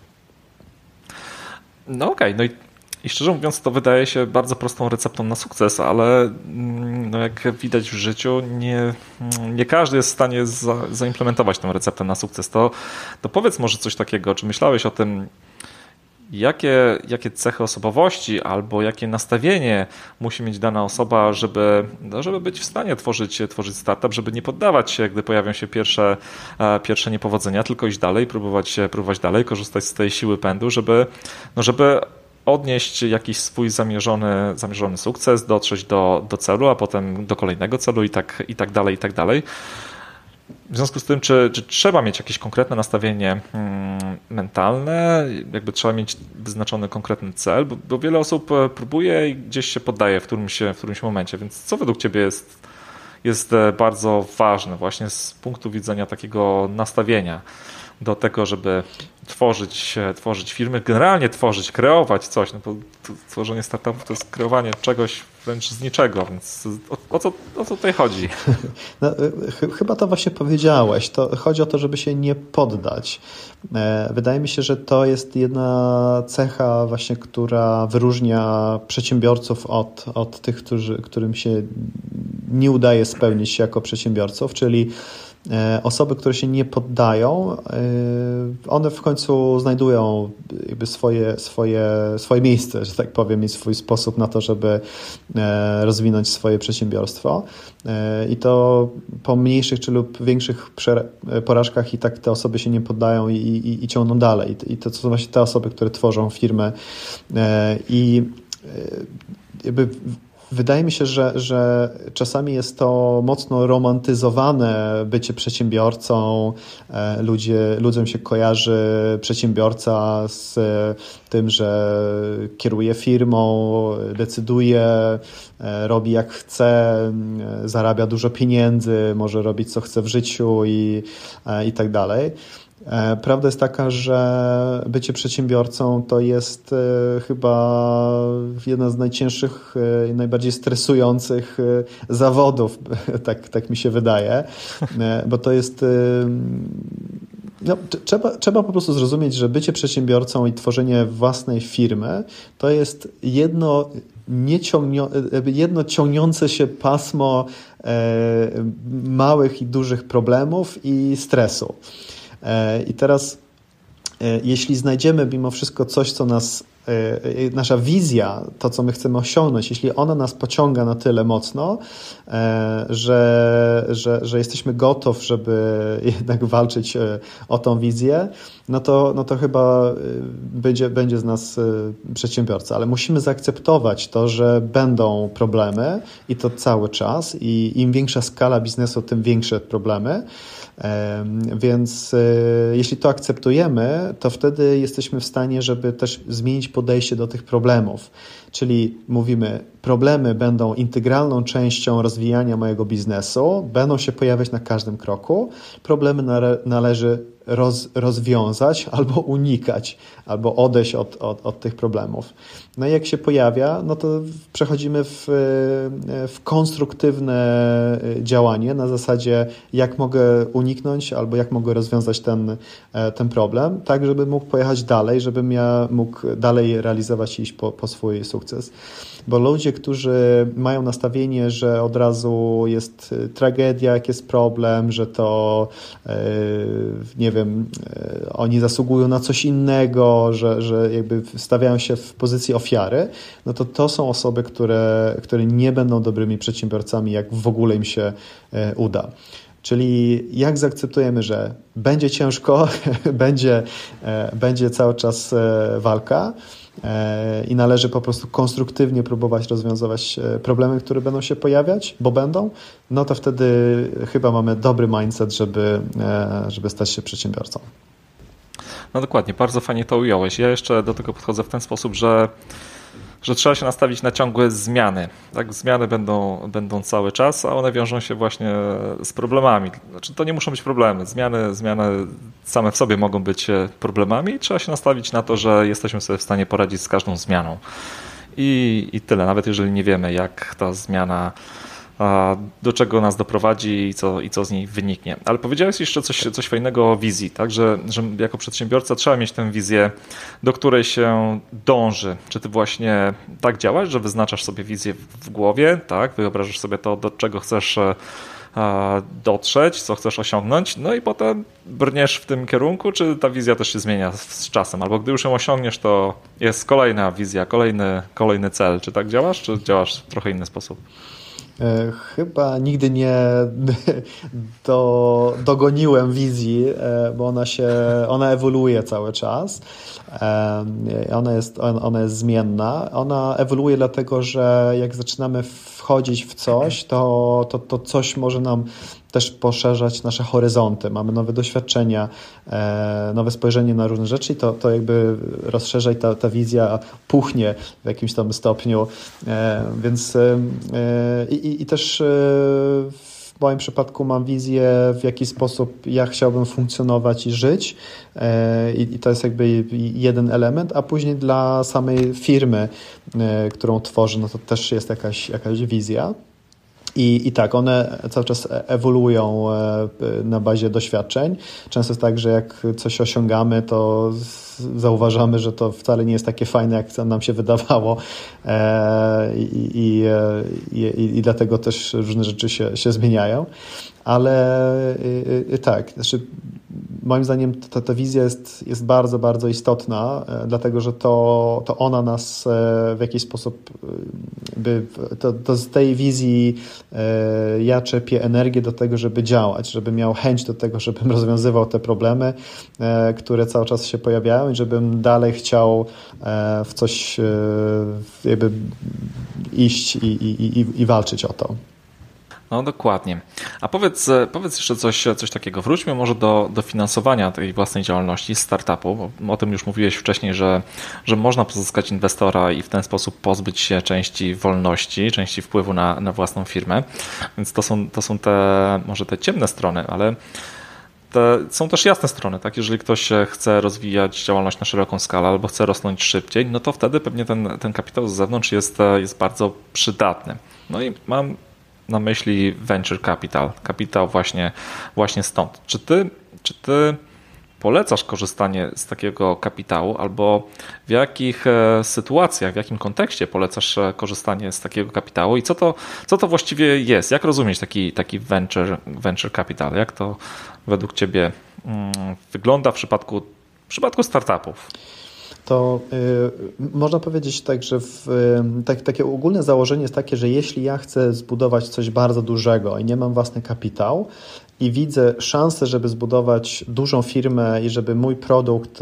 No okej, no i szczerze mówiąc to wydaje się bardzo prostą receptą na sukces, ale no jak widać w życiu nie każdy jest w stanie zaimplementować tę receptę na sukces. To powiedz może coś takiego, czy myślałeś o tym, jakie cechy osobowości albo jakie nastawienie musi mieć dana osoba, żeby być w stanie tworzyć startup, żeby nie poddawać się, gdy pojawią się pierwsze niepowodzenia, tylko iść dalej, próbować dalej, korzystać z tej siły pędu, żeby odnieść jakiś swój zamierzony sukces, dotrzeć do celu, a potem do kolejnego celu i tak dalej. W związku z tym, czy trzeba mieć jakieś konkretne nastawienie mentalne, jakby trzeba mieć wyznaczony konkretny cel, bo wiele osób próbuje i gdzieś się poddaje w którymś momencie, więc co według ciebie jest bardzo ważne właśnie z punktu widzenia takiego nastawienia do tego, żeby tworzyć firmy, generalnie kreować coś, no bo tworzenie startupów to jest kreowanie czegoś wręcz z niczego, więc o co tutaj chodzi? No, chyba to właśnie powiedziałeś. To chodzi o to, żeby się nie poddać. Wydaje mi się, że to jest jedna cecha właśnie, która wyróżnia przedsiębiorców od tych, którym się nie udaje spełnić się jako przedsiębiorców, czyli osoby, które się nie poddają, one w końcu znajdują jakby swoje miejsce, że tak powiem, i swój sposób na to, żeby rozwinąć swoje przedsiębiorstwo. I to po mniejszych czy lub większych porażkach i tak te osoby się nie poddają i ciągną dalej. I to są właśnie te osoby, które tworzą firmę i jakby wydaje mi się, że czasami jest to mocno romantyzowane bycie przedsiębiorcą. Ludziom się kojarzy przedsiębiorca z tym, że kieruje firmą, decyduje, robi jak chce, zarabia dużo pieniędzy, może robić co chce w życiu i tak dalej. Prawda jest taka, że bycie przedsiębiorcą to jest chyba jedna z najcięższych i najbardziej stresujących zawodów, tak mi się wydaje, bo to jest... No, trzeba po prostu zrozumieć, że bycie przedsiębiorcą i tworzenie własnej firmy to jest jedno ciągnące się pasmo małych i dużych problemów i stresu. I teraz, jeśli znajdziemy mimo wszystko coś, co nasza wizja, to co my chcemy osiągnąć, jeśli ona nas pociąga na tyle mocno, że jesteśmy gotowi, żeby jednak walczyć o tą wizję, no to chyba będzie z nas przedsiębiorca. Ale musimy zaakceptować to, że będą problemy i to cały czas i im większa skala biznesu, tym większe problemy. Więc jeśli to akceptujemy, to wtedy jesteśmy w stanie, żeby też zmienić podejście do tych problemów. Czyli mówimy, problemy będą integralną częścią rozwijania mojego biznesu, będą się pojawiać na każdym kroku. Problemy należy rozwiązać albo unikać, albo odejść od tych problemów. No i jak się pojawia, no to przechodzimy w konstruktywne działanie na zasadzie, jak mogę uniknąć albo jak mogę rozwiązać ten problem, tak żeby mógł pojechać dalej, żebym ja mógł dalej realizować i iść po swój sukces. Bo ludzie, którzy mają nastawienie, że od razu jest tragedia, jak jest problem, że to nie wiem, oni zasługują na coś innego, że jakby stawiają się w pozycji ofiary, no to są osoby, które nie będą dobrymi przedsiębiorcami, jak w ogóle im się uda. Czyli jak zaakceptujemy, że będzie ciężko, będzie cały czas walka i należy po prostu konstruktywnie próbować rozwiązywać problemy, które będą się pojawiać, bo będą, no to wtedy chyba mamy dobry mindset, żeby stać się przedsiębiorcą. No dokładnie, bardzo fajnie to ująłeś. Ja jeszcze do tego podchodzę w ten sposób, że trzeba się nastawić na ciągłe zmiany. Tak, zmiany będą cały czas, a one wiążą się właśnie z problemami. Znaczy, to nie muszą być problemy. Zmiany same w sobie mogą być problemami i trzeba się nastawić na to, że jesteśmy sobie w stanie poradzić z każdą zmianą. I tyle, nawet jeżeli nie wiemy, jak ta zmiana, do czego nas doprowadzi i co z niej wyniknie. Ale powiedziałeś jeszcze coś fajnego o wizji, tak? Że jako przedsiębiorca trzeba mieć tę wizję, do której się dąży. Czy ty właśnie tak działasz, że wyznaczasz sobie wizję w głowie, tak? Wyobrażasz sobie to, do czego chcesz dotrzeć, co chcesz osiągnąć, no i potem brniesz w tym kierunku, czy ta wizja też się zmienia z czasem? Albo gdy już ją osiągniesz, to jest kolejna wizja, kolejny cel. Czy tak działasz, czy działasz w trochę inny sposób? Chyba nigdy nie dogoniłem wizji, bo ona ewoluuje cały czas. Ona jest zmienna. Ona ewoluuje dlatego, że jak zaczynamy wchodzić w coś, to coś może nam też poszerzać nasze horyzonty. Mamy nowe doświadczenia, nowe spojrzenie na różne rzeczy i to jakby rozszerza i ta wizja puchnie w jakimś tam stopniu. Więc i też w moim przypadku mam wizję, w jaki sposób ja chciałbym funkcjonować i żyć i to jest jakby jeden element, a później dla samej firmy, którą tworzę, no to też jest jakaś wizja. I tak, one cały czas ewoluują na bazie doświadczeń. Często jest tak, że jak coś osiągamy, to zauważamy, że to wcale nie jest takie fajne, jak nam się wydawało i dlatego też różne rzeczy się zmieniają. Ale tak, znaczy moim zdaniem ta wizja jest bardzo, bardzo istotna, dlatego że to ona nas w jakiś sposób, to z tej wizji ja czerpię energię do tego, żeby działać, żeby miał chęć do tego, żebym rozwiązywał te problemy, które cały czas się pojawiają i żebym dalej chciał w coś jakby iść i walczyć o to. No dokładnie. A powiedz jeszcze coś takiego. Wróćmy może do finansowania tej własnej działalności, startupu, bo o tym już mówiłeś wcześniej, że można pozyskać inwestora i w ten sposób pozbyć się części wolności, części wpływu na własną firmę. Więc to są może te ciemne strony, ale są też jasne strony, tak? Jeżeli ktoś chce rozwijać działalność na szeroką skalę albo chce rosnąć szybciej, no to wtedy pewnie ten kapitał z zewnątrz jest bardzo przydatny. No i mam na myśli venture capital, kapitał właśnie stąd. Czy ty polecasz korzystanie z takiego kapitału albo w jakich sytuacjach, w jakim kontekście polecasz korzystanie z takiego kapitału i co to właściwie jest? Jak rozumieć taki venture capital? Jak to według ciebie wygląda w przypadku startupów? To można powiedzieć tak, że takie ogólne założenie jest takie, że jeśli ja chcę zbudować coś bardzo dużego i nie mam własny kapitał i widzę szansę, żeby zbudować dużą firmę i żeby mój produkt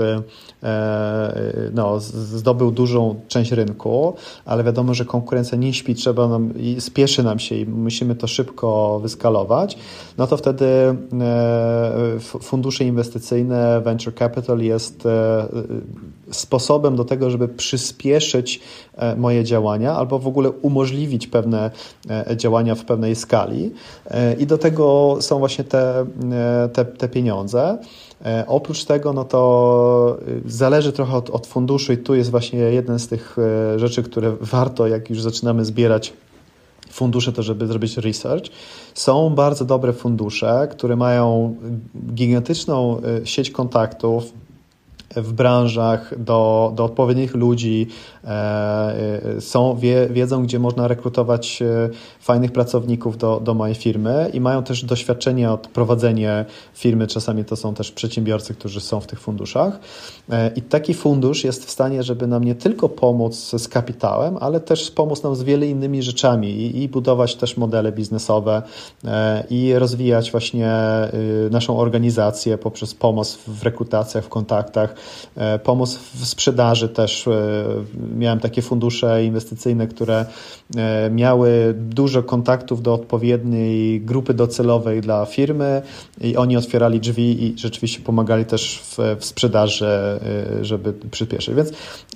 zdobył dużą część rynku, ale wiadomo, że konkurencja nie śpi, spieszy nam się i musimy to szybko wyskalować, no to wtedy fundusze inwestycyjne, venture capital jest sposobem do tego, żeby przyspieszyć moje działania albo w ogóle umożliwić pewne działania w pewnej skali i do tego są właśnie te pieniądze. Oprócz tego, no to zależy trochę od funduszu i tu jest właśnie jeden z tych rzeczy, które warto, jak już zaczynamy zbierać fundusze, to żeby zrobić research. Są bardzo dobre fundusze, które mają gigantyczną sieć kontaktów w branżach do odpowiednich ludzi, wiedzą, gdzie można rekrutować fajnych pracowników do mojej firmy i mają też doświadczenie od prowadzenia firmy. Czasami to są też przedsiębiorcy, którzy są w tych funduszach. I taki fundusz jest w stanie, żeby nam nie tylko pomóc z kapitałem, ale też pomóc nam z wiele innymi rzeczami i budować też modele biznesowe i rozwijać właśnie naszą organizację poprzez pomoc w rekrutacjach, w kontaktach, pomoc w sprzedaży też. Miałem takie fundusze inwestycyjne, które miały dużo kontaktów do odpowiedniej grupy docelowej dla firmy i oni otwierali drzwi i rzeczywiście pomagali też w sprzedaży, żeby przyspieszyć. Więc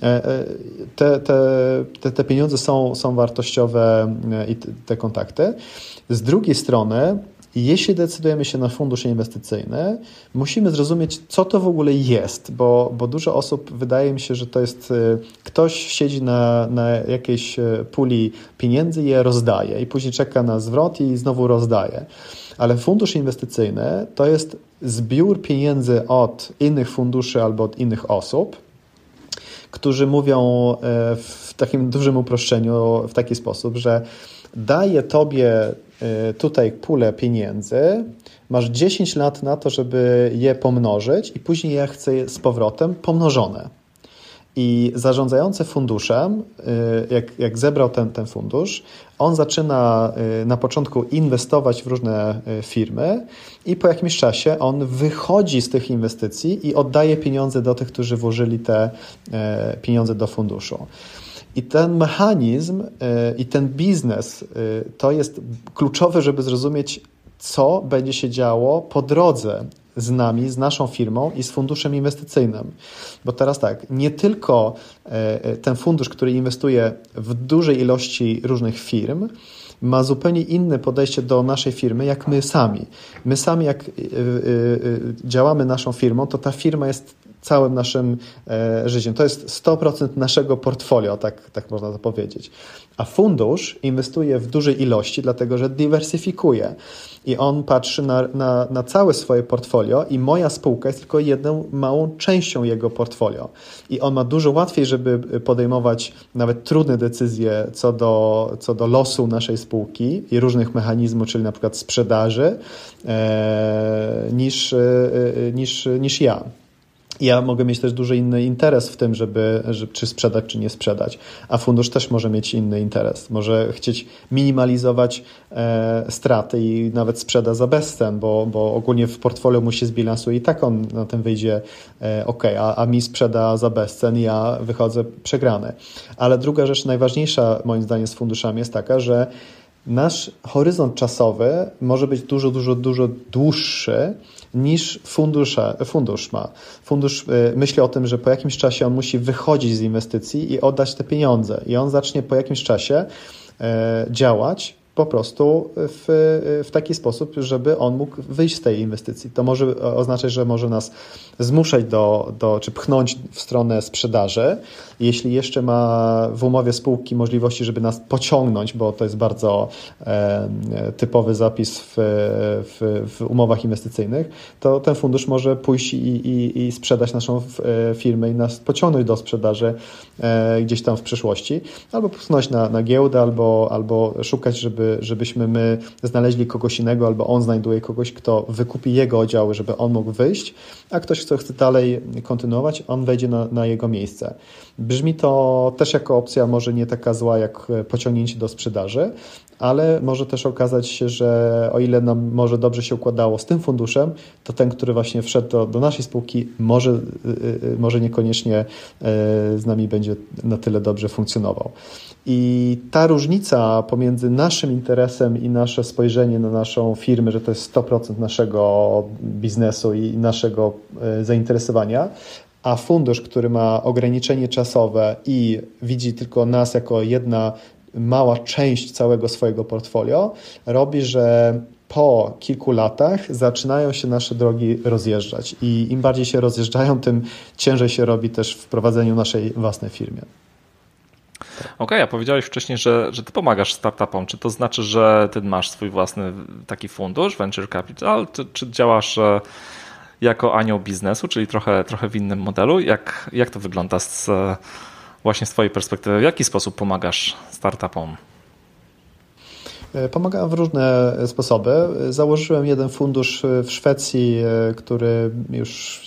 te pieniądze są wartościowe i te kontakty. Z drugiej strony, jeśli decydujemy się na fundusz inwestycyjny, musimy zrozumieć, co to w ogóle jest, bo dużo osób, wydaje mi się, że to jest ktoś siedzi na jakiejś puli pieniędzy i je rozdaje i później czeka na zwrot i znowu rozdaje. Ale fundusz inwestycyjny to jest zbiór pieniędzy od innych funduszy albo od innych osób, którzy mówią w takim dużym uproszczeniu w taki sposób, że daję tobie tutaj pulę pieniędzy, masz 10 lat na to, żeby je pomnożyć i później ja chcę je z powrotem pomnożone. I zarządzający funduszem, jak zebrał ten fundusz, on zaczyna na początku inwestować w różne firmy i po jakimś czasie on wychodzi z tych inwestycji i oddaje pieniądze do tych, którzy włożyli te pieniądze do funduszu. I ten mechanizm i ten biznes to jest kluczowe, żeby zrozumieć, co będzie się działo po drodze z nami, z naszą firmą i z funduszem inwestycyjnym. Bo teraz tak, nie tylko ten fundusz, który inwestuje w dużej ilości różnych firm, ma zupełnie inne podejście do naszej firmy, jak my sami. My sami, jak działamy naszą firmą, to ta firma jest całym naszym życiem. To jest 100% naszego portfolio, tak można to powiedzieć. A fundusz inwestuje w dużej ilości, dlatego że dywersyfikuje. I on patrzy na całe swoje portfolio i moja spółka jest tylko jedną małą częścią jego portfolio. I on ma dużo łatwiej, żeby podejmować nawet trudne decyzje co do losu naszej spółki i różnych mechanizmów, czyli na przykład sprzedaży, niż ja. Ja mogę mieć też dużo inny interes w tym, żeby czy sprzedać, czy nie sprzedać. A fundusz też może mieć inny interes. Może chcieć minimalizować straty i nawet sprzeda za bezcen, bo ogólnie w portfolio mu się zbilansuje i tak on na tym wyjdzie a mi sprzeda za bezcen i ja wychodzę przegrany. Ale druga rzecz najważniejsza moim zdaniem z funduszami jest taka, że nasz horyzont czasowy może być dużo dłuższy niż fundusz ma. Fundusz myśli o tym, że po jakimś czasie on musi wychodzić z inwestycji i oddać te pieniądze. I on zacznie po jakimś czasie działać po prostu w taki sposób, żeby on mógł wyjść z tej inwestycji. To może oznaczać, że może nas zmuszać czy pchnąć w stronę sprzedaży. Jeśli jeszcze ma w umowie spółki możliwości, żeby nas pociągnąć, bo to jest bardzo typowy zapis w umowach inwestycyjnych, to ten fundusz może pójść i sprzedać naszą firmę i nas pociągnąć do sprzedaży gdzieś tam w przyszłości, albo pchnąć na giełdę, albo szukać, żebyśmy my znaleźli kogoś innego, albo on znajduje kogoś, kto wykupi jego udziały, żeby on mógł wyjść, a ktoś, kto chce dalej kontynuować, on wejdzie na jego miejsce. Brzmi to też jako opcja może nie taka zła, jak pociągnięcie do sprzedaży, ale może też okazać się, że o ile nam może dobrze się układało z tym funduszem, to ten, który właśnie wszedł do naszej spółki, może niekoniecznie z nami będzie na tyle dobrze funkcjonował. I ta różnica pomiędzy naszym interesem i nasze spojrzenie na naszą firmę, że to jest 100% naszego biznesu i naszego zainteresowania, a fundusz, który ma ograniczenie czasowe i widzi tylko nas jako jedna mała część całego swojego portfolio, robi, że po kilku latach zaczynają się nasze drogi rozjeżdżać i im bardziej się rozjeżdżają, tym ciężej się robi też w prowadzeniu naszej własnej firmy. Okej, a powiedziałeś wcześniej, że ty pomagasz startupom. Czy to znaczy, że ty masz swój własny taki fundusz, venture capital, czy działasz jako anioł biznesu, czyli trochę w innym modelu? Jak to wygląda właśnie z twojej perspektywy? W jaki sposób pomagasz startupom? Pomagałem w różne sposoby. Założyłem jeden fundusz w Szwecji, który już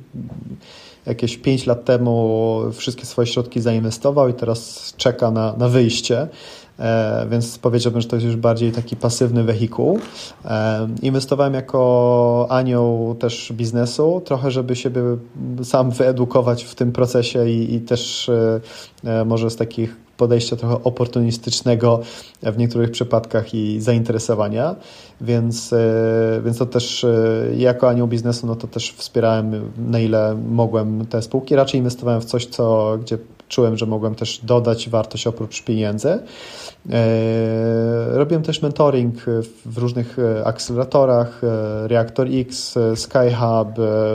jakieś 5 lat temu wszystkie swoje środki zainwestował i teraz czeka na wyjście. Więc powiedziałbym, że to jest już bardziej taki pasywny wehikuł. Inwestowałem jako anioł też biznesu, trochę żeby siebie sam wyedukować w tym procesie i też może z takich podejścia trochę oportunistycznego w niektórych przypadkach i zainteresowania, więc to też jako anioł biznesu, no to też wspierałem na ile mogłem te spółki. Raczej inwestowałem w coś, gdzie czułem, że mogłem też dodać wartość oprócz pieniędzy. Robiłem też mentoring w różnych akceleratorach, Reaktor X, SkyHub,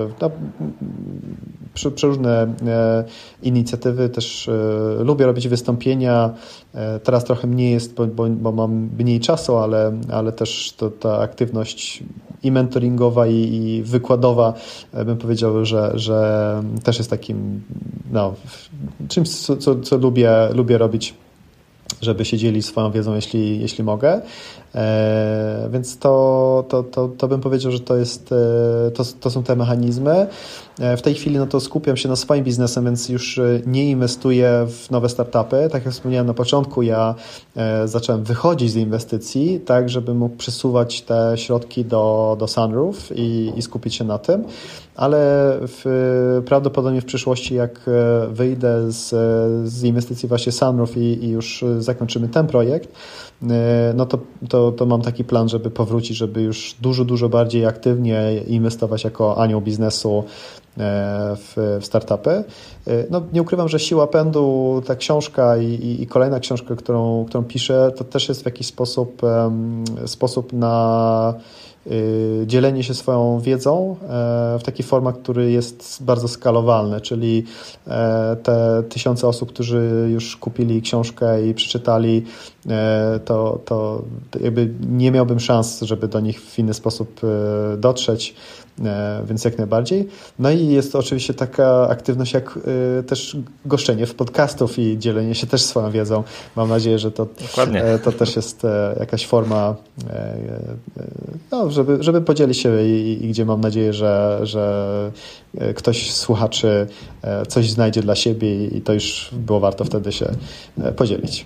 przeróżne inicjatywy. Też lubię robić wystąpienia. Teraz trochę mniej jest, bo mam mniej czasu, ale też ta aktywność i mentoringowa, i wykładowa, bym powiedział, że też jest takim czymś, co lubię robić, żeby się dzielić swoją wiedzą, jeśli mogę. Więc to bym powiedział, że to są te mechanizmy. W tej chwili to skupiam się na swoim biznesem, więc już nie inwestuję w nowe startupy. Tak jak wspomniałem na początku, ja zacząłem wychodzić z inwestycji, tak żeby mógł przesuwać te środki do Sunroof i skupić się na tym. Ale prawdopodobnie w przyszłości, jak wyjdę z inwestycji właśnie Sunroof i już zakończymy ten projekt, no to mam taki plan, żeby powrócić, żeby już dużo bardziej aktywnie inwestować jako anioł biznesu w startupy. No, nie ukrywam, że Siła Pędu, ta książka i kolejna książka, którą piszę, to też jest w jakiś sposób na dzielenie się swoją wiedzą w taki format, który jest bardzo skalowalny, czyli te tysiące osób, którzy już kupili książkę i przeczytali, to jakby nie miałbym szans, żeby do nich w inny sposób dotrzeć, więc jak najbardziej. No i jest to oczywiście taka aktywność jak też goszczenie w podcastów i dzielenie się też swoją wiedzą. Mam nadzieję, że to też jest jakaś forma, no, żeby podzielić się i gdzie mam nadzieję, że ktoś z słuchaczy coś znajdzie dla siebie i to już było warto wtedy się podzielić.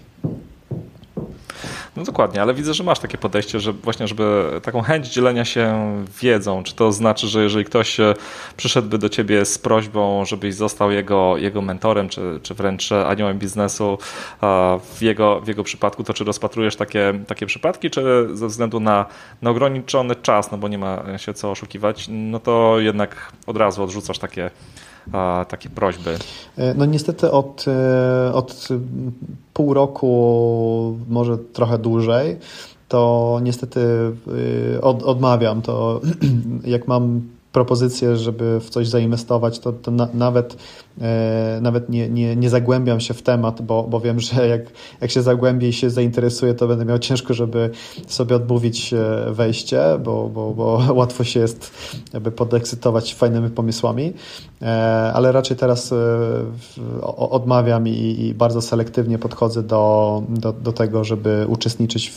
No dokładnie, ale widzę, że masz takie podejście, że właśnie, żeby taką chęć dzielenia się wiedzą, czy to znaczy, że jeżeli ktoś przyszedłby do ciebie z prośbą, żebyś został jego mentorem, czy wręcz aniołem biznesu w jego przypadku, to czy rozpatrujesz takie przypadki, czy ze względu na ograniczony czas, no bo nie ma się co oszukiwać, no to jednak od razu odrzucasz takie prośby? No niestety od pół roku, może trochę dłużej, to niestety odmawiam. To jak mam propozycję, żeby w coś zainwestować, to nawet nie zagłębiam się w temat, bo wiem, że jak się zagłębię i się zainteresuję, to będę miał ciężko, żeby sobie odmówić wejście, bo łatwo się jest jakby podekscytować fajnymi pomysłami, ale raczej teraz odmawiam i bardzo selektywnie podchodzę do tego, żeby uczestniczyć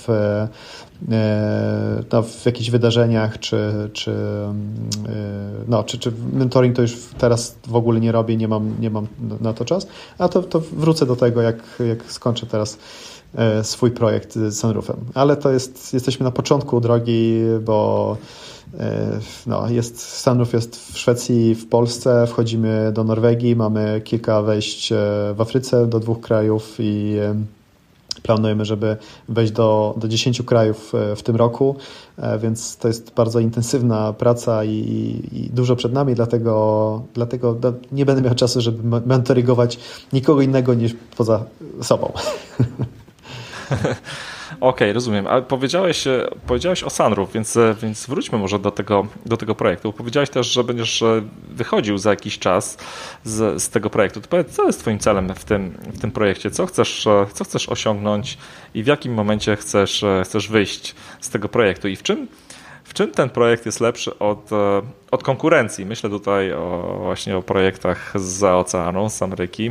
w jakichś wydarzeniach, czy mentoring to już teraz w ogóle nie robię, nie mam na to czas, a to wrócę do tego, jak skończę teraz swój projekt z Sunroofem. Ale jesteśmy na początku drogi, bo Sunroof jest w Szwecji, w Polsce, wchodzimy do Norwegii, mamy kilka wejść w Afryce do 2 krajów i planujemy, żeby wejść do 10 krajów w tym roku, więc to jest bardzo intensywna praca i dużo przed nami, dlatego nie będę miał czasu, żeby mentoringować nikogo innego niż poza sobą. Okej, rozumiem. Ale powiedziałeś o Sunroof, więc wróćmy może do tego projektu. Powiedziałeś też, że będziesz wychodził za jakiś czas z tego projektu. To powiedz, co jest twoim celem w tym projekcie? Co chcesz osiągnąć i w jakim momencie chcesz wyjść z tego projektu? I w czym ten projekt jest lepszy od konkurencji? Myślę tutaj właśnie o projektach zza oceanu, z Ameryki,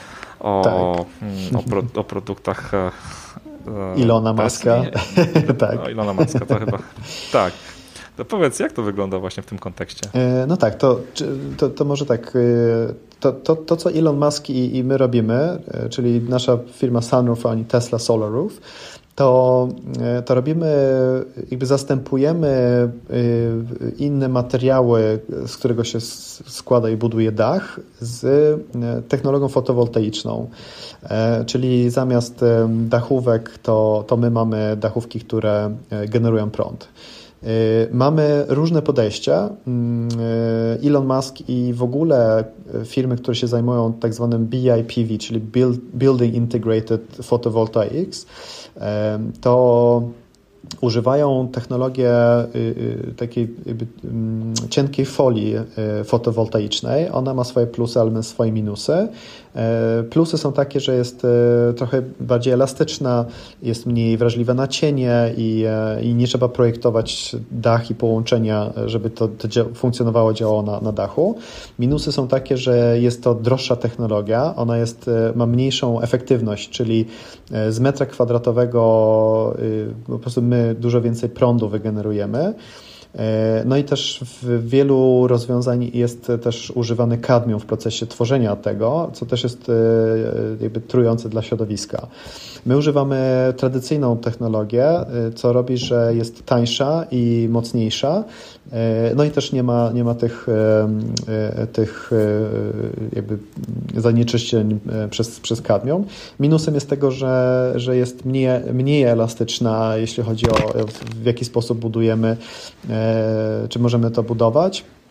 o produktach Ilona Muska. Tak. No, Ilona Muska to chyba. Tak. To powiedz, jak to wygląda właśnie w tym kontekście? No tak, to może tak. To, co Elon Musk i my robimy, czyli nasza firma Sunroof, ani Tesla Solar Roof, to robimy, jakby zastępujemy inne materiały, z którego się składa i buduje dach, z technologią fotowoltaiczną. Czyli zamiast dachówek to my mamy dachówki, które generują prąd. Mamy różne podejścia. Elon Musk i w ogóle firmy, które się zajmują tak zwanym BIPV, czyli Building Integrated Photovoltaics, to używają technologię takiej cienkiej folii fotowoltaicznej. Ona ma swoje plusy, ale ma swoje minusy. Plusy są takie, że jest trochę bardziej elastyczna, jest mniej wrażliwa na cienie i nie trzeba projektować dach i połączenia, żeby to funkcjonowało, działało na dachu. Minusy są takie, że jest to droższa technologia, ona ma mniejszą efektywność, czyli z metra kwadratowego po prostu my dużo więcej prądu wygenerujemy. No i też w wielu rozwiązań jest też używany kadmium w procesie tworzenia tego, co też jest jakby trujące dla środowiska. My używamy tradycyjną technologię, co robi, że jest tańsza i mocniejsza, no i też nie ma tych jakby zanieczyszczeń przez kadmium. Minusem jest tego, że jest mniej elastyczna, jeśli chodzi o w jaki sposób budujemy, czy możemy to budować.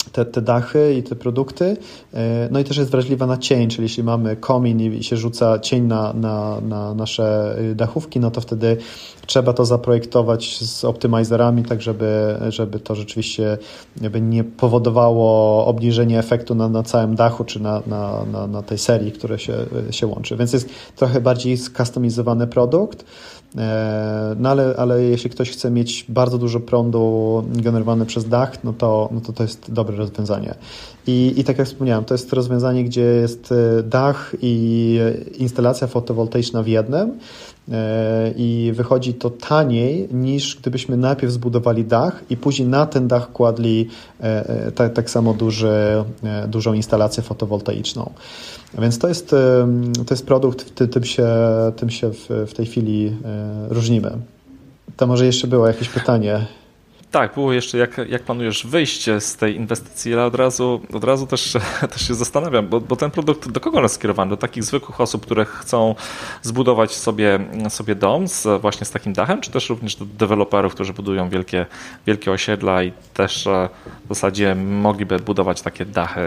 te dachy i te produkty. No i też jest wrażliwa na cień, czyli jeśli mamy komin i się rzuca cień na nasze dachówki, no to wtedy trzeba to zaprojektować z optymizerami, tak żeby to rzeczywiście jakby nie powodowało obniżenia efektu na całym dachu, czy na tej serii, które się łączy. Więc jest trochę bardziej skustomizowany produkt. No ale jeśli ktoś chce mieć bardzo dużo prądu generowany przez dach, no to jest dobre rozwiązanie. I tak jak wspomniałem, to jest rozwiązanie, gdzie jest dach i instalacja fotowoltaiczna w jednym i wychodzi to taniej niż gdybyśmy najpierw zbudowali dach i później na ten dach kładli tak samo dużą instalację fotowoltaiczną. Więc to jest produkt, tym się w tej chwili różnimy. To może jeszcze było jakieś pytanie. Tak, było jeszcze jak planujesz wyjście z tej inwestycji, ale od razu też się zastanawiam, bo ten produkt do kogo jest skierowany? Do takich zwykłych osób, które chcą zbudować sobie dom właśnie z takim dachem, czy też również do deweloperów, którzy budują wielkie osiedla i też w zasadzie mogliby budować takie dachy?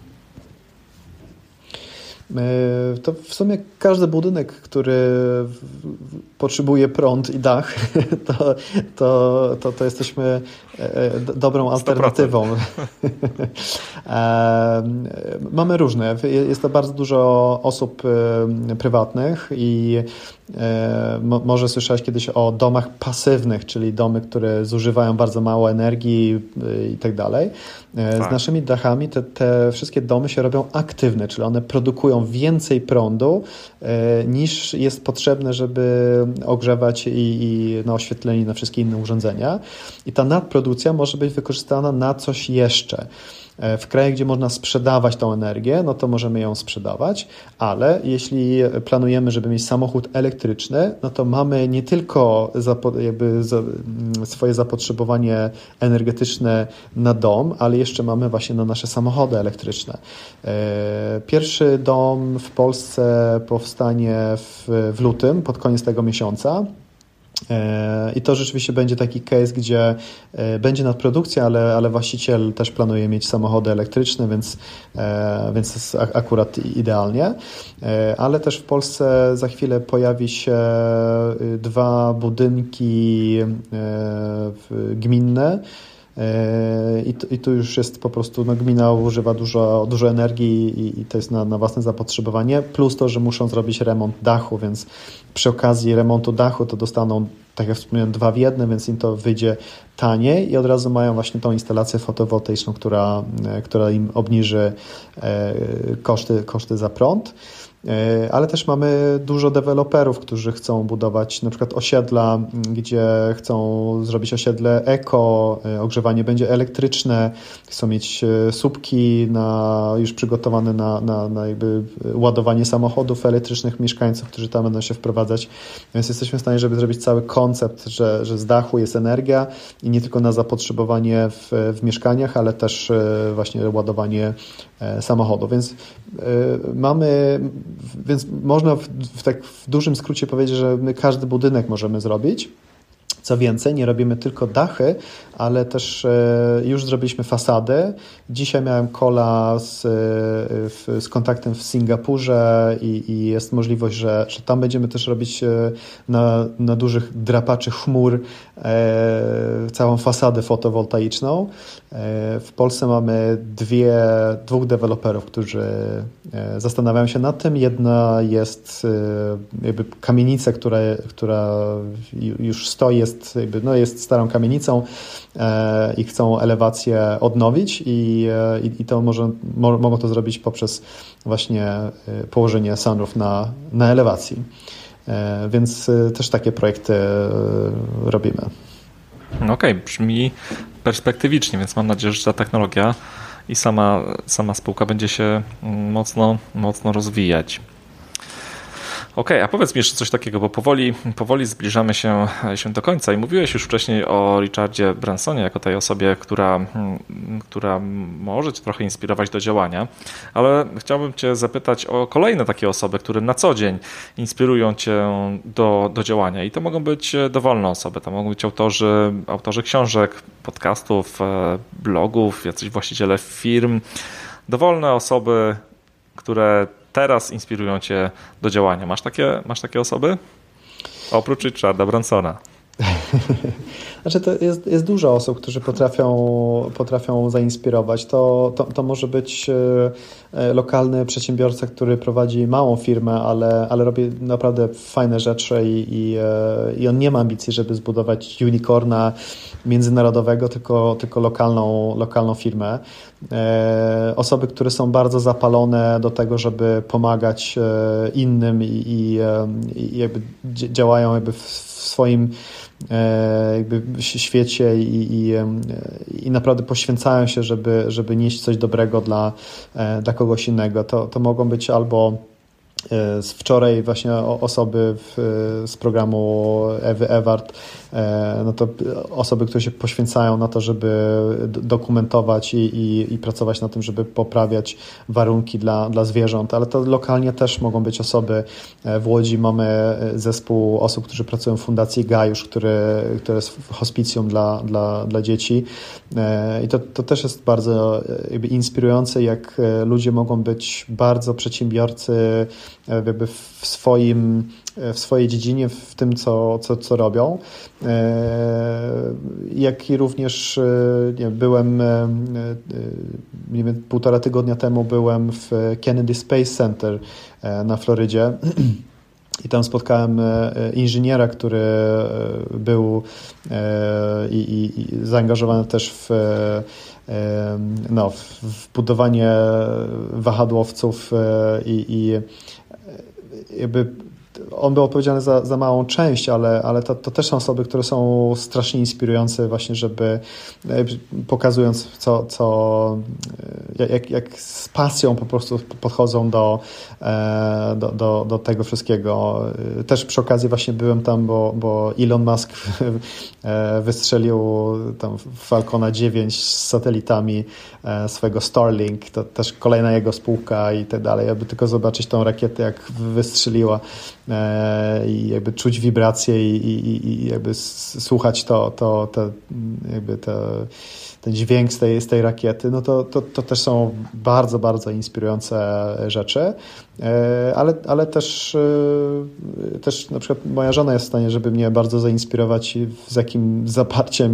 To w sumie każdy budynek, który potrzebuje prąd i dach, to jesteśmy dobrą alternatywą. Mamy różne. Jest to bardzo dużo osób prywatnych i może słyszałeś kiedyś o domach pasywnych, czyli domy, które zużywają bardzo mało energii i tak dalej. Z naszymi dachami te wszystkie domy się robią aktywne, czyli one produkują więcej prądu niż jest potrzebne, żeby ogrzewać i na oświetlenie, na wszystkie inne urządzenia. I ta nadprodukcja może być wykorzystana na coś jeszcze. W krajach, gdzie można sprzedawać tą energię, no to możemy ją sprzedawać, ale jeśli planujemy, żeby mieć samochód elektryczny, no to mamy nie tylko swoje zapotrzebowanie energetyczne na dom, ale jeszcze mamy właśnie na nasze samochody elektryczne. Pierwszy dom w Polsce powstanie w lutym, pod koniec tego miesiąca. I to rzeczywiście będzie taki case, gdzie będzie nadprodukcja, ale właściciel też planuje mieć samochody elektryczne, więc jest akurat idealnie. Ale też w Polsce za chwilę pojawi się 2 budynki gminne. I tu już jest po prostu, gmina używa dużo energii i to jest na własne zapotrzebowanie, plus to, że muszą zrobić remont dachu, więc przy okazji remontu dachu to dostaną, tak jak wspomniałem, 2 w 1, więc im to wyjdzie taniej i od razu mają właśnie tą instalację fotowoltaiczną, która im obniży koszty za prąd. Ale też mamy dużo deweloperów, którzy chcą budować na przykład osiedla, gdzie chcą zrobić osiedle eko, ogrzewanie będzie elektryczne, chcą mieć słupki już przygotowane na jakby ładowanie samochodów elektrycznych mieszkańców, którzy tam będą się wprowadzać. Więc jesteśmy w stanie, żeby zrobić cały koncept, że z dachu jest energia i nie tylko na zapotrzebowanie w mieszkaniach, ale też właśnie ładowanie samochodów. Więc można tak w dużym skrócie powiedzieć, że my każdy budynek możemy zrobić. Co więcej, nie robimy tylko dachy, ale też już zrobiliśmy fasady. Dzisiaj miałem calla z kontaktem w Singapurze i jest możliwość, że tam będziemy też robić na dużych drapaczy chmur całą fasadę fotowoltaiczną. W Polsce mamy 2 deweloperów, którzy zastanawiają się nad tym. Jedna jest jakby kamienica, która już stoi, jest starą kamienicą i chcą elewację odnowić i to mogą to zrobić poprzez właśnie położenie sunroof na elewacji. Więc też takie projekty robimy. Okej, brzmi perspektywicznie, więc mam nadzieję, że ta technologia i sama spółka będzie się mocno rozwijać. Okej, a powiedz mi jeszcze coś takiego, bo powoli zbliżamy się do końca i mówiłeś już wcześniej o Richardzie Bransonie jako tej osobie, która może Cię trochę inspirować do działania, ale chciałbym Cię zapytać o kolejne takie osoby, które na co dzień inspirują Cię do działania i to mogą być dowolne osoby, to mogą być autorzy książek, podcastów, blogów, jacyś właściciele firm, dowolne osoby, które teraz inspirują cię do działania. Masz takie osoby? Oprócz Richarda Bransona. Znaczy to jest dużo osób, którzy potrafią zainspirować. To może być lokalny przedsiębiorca, który prowadzi małą firmę, ale robi naprawdę fajne rzeczy i on nie ma ambicji, żeby zbudować unicorna międzynarodowego, tylko lokalną firmę. Osoby, które są bardzo zapalone do tego, żeby pomagać innym i jakby działają jakby w swoim jakby świecie i naprawdę poświęcają się, żeby nieść coś dobrego dla kogoś innego. To mogą być albo wczoraj właśnie osoby z programu Ewy Ewart, no to osoby, które się poświęcają na to, żeby dokumentować i pracować na tym, żeby poprawiać warunki dla zwierząt, ale to lokalnie też mogą być osoby. W Łodzi mamy zespół osób, którzy pracują w Fundacji Gajusz, które jest hospicjum dla dzieci i to też jest bardzo jakby inspirujące, jak ludzie mogą być bardzo przedsiębiorcy jakby w swojej dziedzinie, w tym, co robią. Jak i również byłem, nie wiem, 1,5 tygodnia temu byłem w Kennedy Space Center na Florydzie i tam spotkałem inżyniera, który był i zaangażowany też w budowanie wahadłowców i jakby on był odpowiedzialny za małą część, ale to też są osoby, które są strasznie inspirujące właśnie, żeby pokazując jak z pasją po prostu podchodzą do tego wszystkiego. Też przy okazji właśnie byłem tam, bo Elon Musk wystrzelił tam Falcona 9 z satelitami swojego Starlink, to też kolejna jego spółka i tak dalej, aby tylko zobaczyć tą rakietę, jak wystrzeliła i jakby czuć wibracje i jakby słuchać ten dźwięk z tej rakiety, no to też są bardzo, bardzo inspirujące rzeczy, ale też na przykład moja żona jest w stanie, żeby mnie bardzo zainspirować, z jakim zaparciem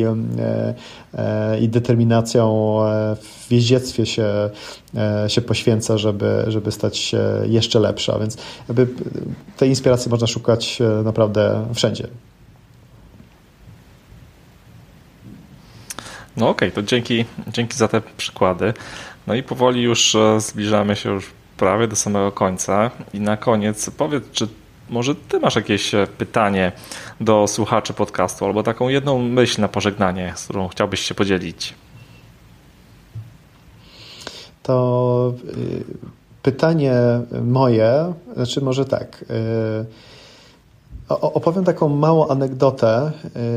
i determinacją w jeździectwie się poświęca, żeby stać się jeszcze lepsza, więc jakby tej inspiracji można szukać naprawdę wszędzie. No okej, to dzięki za te przykłady. No i powoli już zbliżamy się już prawie do samego końca. I na koniec powiedz, czy może ty masz jakieś pytanie do słuchaczy podcastu albo taką jedną myśl na pożegnanie, z którą chciałbyś się podzielić? To pytanie moje, znaczy może tak. Opowiem taką małą anegdotę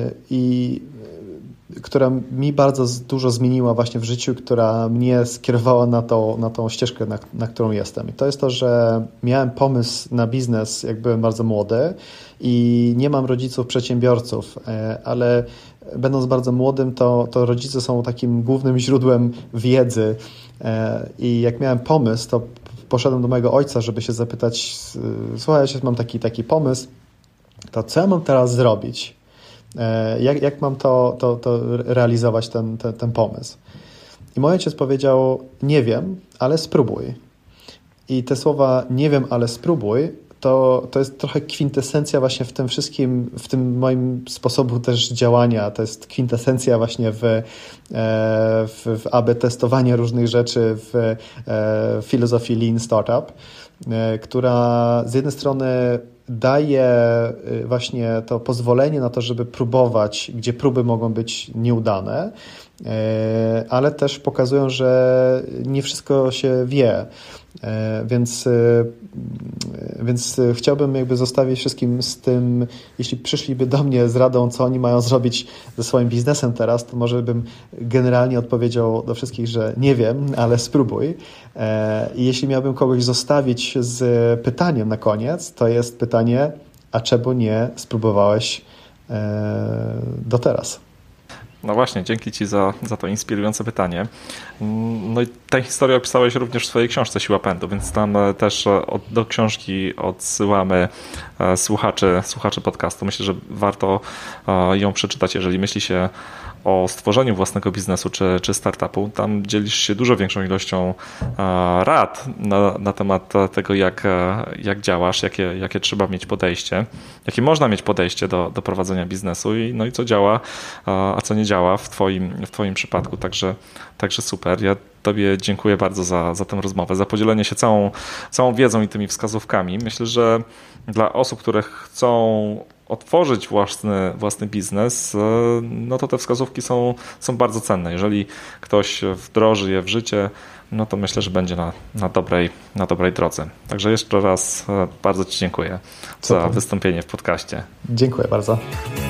która mi bardzo dużo zmieniła właśnie w życiu, która mnie skierowała na tą ścieżkę, na którą jestem. I to jest to, że miałem pomysł na biznes, jak byłem bardzo młody i nie mam rodziców przedsiębiorców, ale będąc bardzo młodym, to rodzice są takim głównym źródłem wiedzy i jak miałem pomysł, to poszedłem do mojego ojca, żeby się zapytać, słuchaj, mam taki pomysł, to co ja mam teraz zrobić? Jak mam to realizować, ten pomysł? I mój ojciec powiedział, nie wiem, ale spróbuj. I te słowa nie wiem, ale spróbuj, to jest trochę kwintesencja właśnie w tym wszystkim, w tym moim sposobu też działania. To jest kwintesencja właśnie w AB testowania różnych rzeczy, w filozofii Lean Startup, która z jednej strony daje właśnie to pozwolenie na to, żeby próbować, gdzie próby mogą być nieudane, ale też pokazują, że nie wszystko się wie. Więc chciałbym jakby zostawić wszystkim z tym, jeśli przyszliby do mnie z radą, co oni mają zrobić ze swoim biznesem teraz, to może bym generalnie odpowiedział do wszystkich, że nie wiem, ale spróbuj. I jeśli miałbym kogoś zostawić z pytaniem na koniec, to jest pytanie, a czemu nie spróbowałeś do teraz? No właśnie, dzięki Ci za to inspirujące pytanie. No i tę historię opisałeś również w swojej książce Siła Pędu, więc tam też do książki odsyłamy słuchaczy podcastu. Myślę, że warto ją przeczytać, jeżeli myśli się o stworzeniu własnego biznesu czy startupu. Tam dzielisz się dużo większą ilością rad na temat tego, jak działasz, jakie trzeba mieć podejście, jakie można mieć podejście do prowadzenia biznesu i co działa, a co nie działa w Twoim przypadku. Także super. Ja Tobie dziękuję bardzo za tę rozmowę, za podzielenie się całą wiedzą i tymi wskazówkami. Myślę, że dla osób, które chcą otworzyć własny biznes, no to te wskazówki są bardzo cenne. Jeżeli ktoś wdroży je w życie, no to myślę, że będzie na dobrej drodze. Także jeszcze raz bardzo Ci dziękuję za wystąpienie w podcaście. Dziękuję bardzo.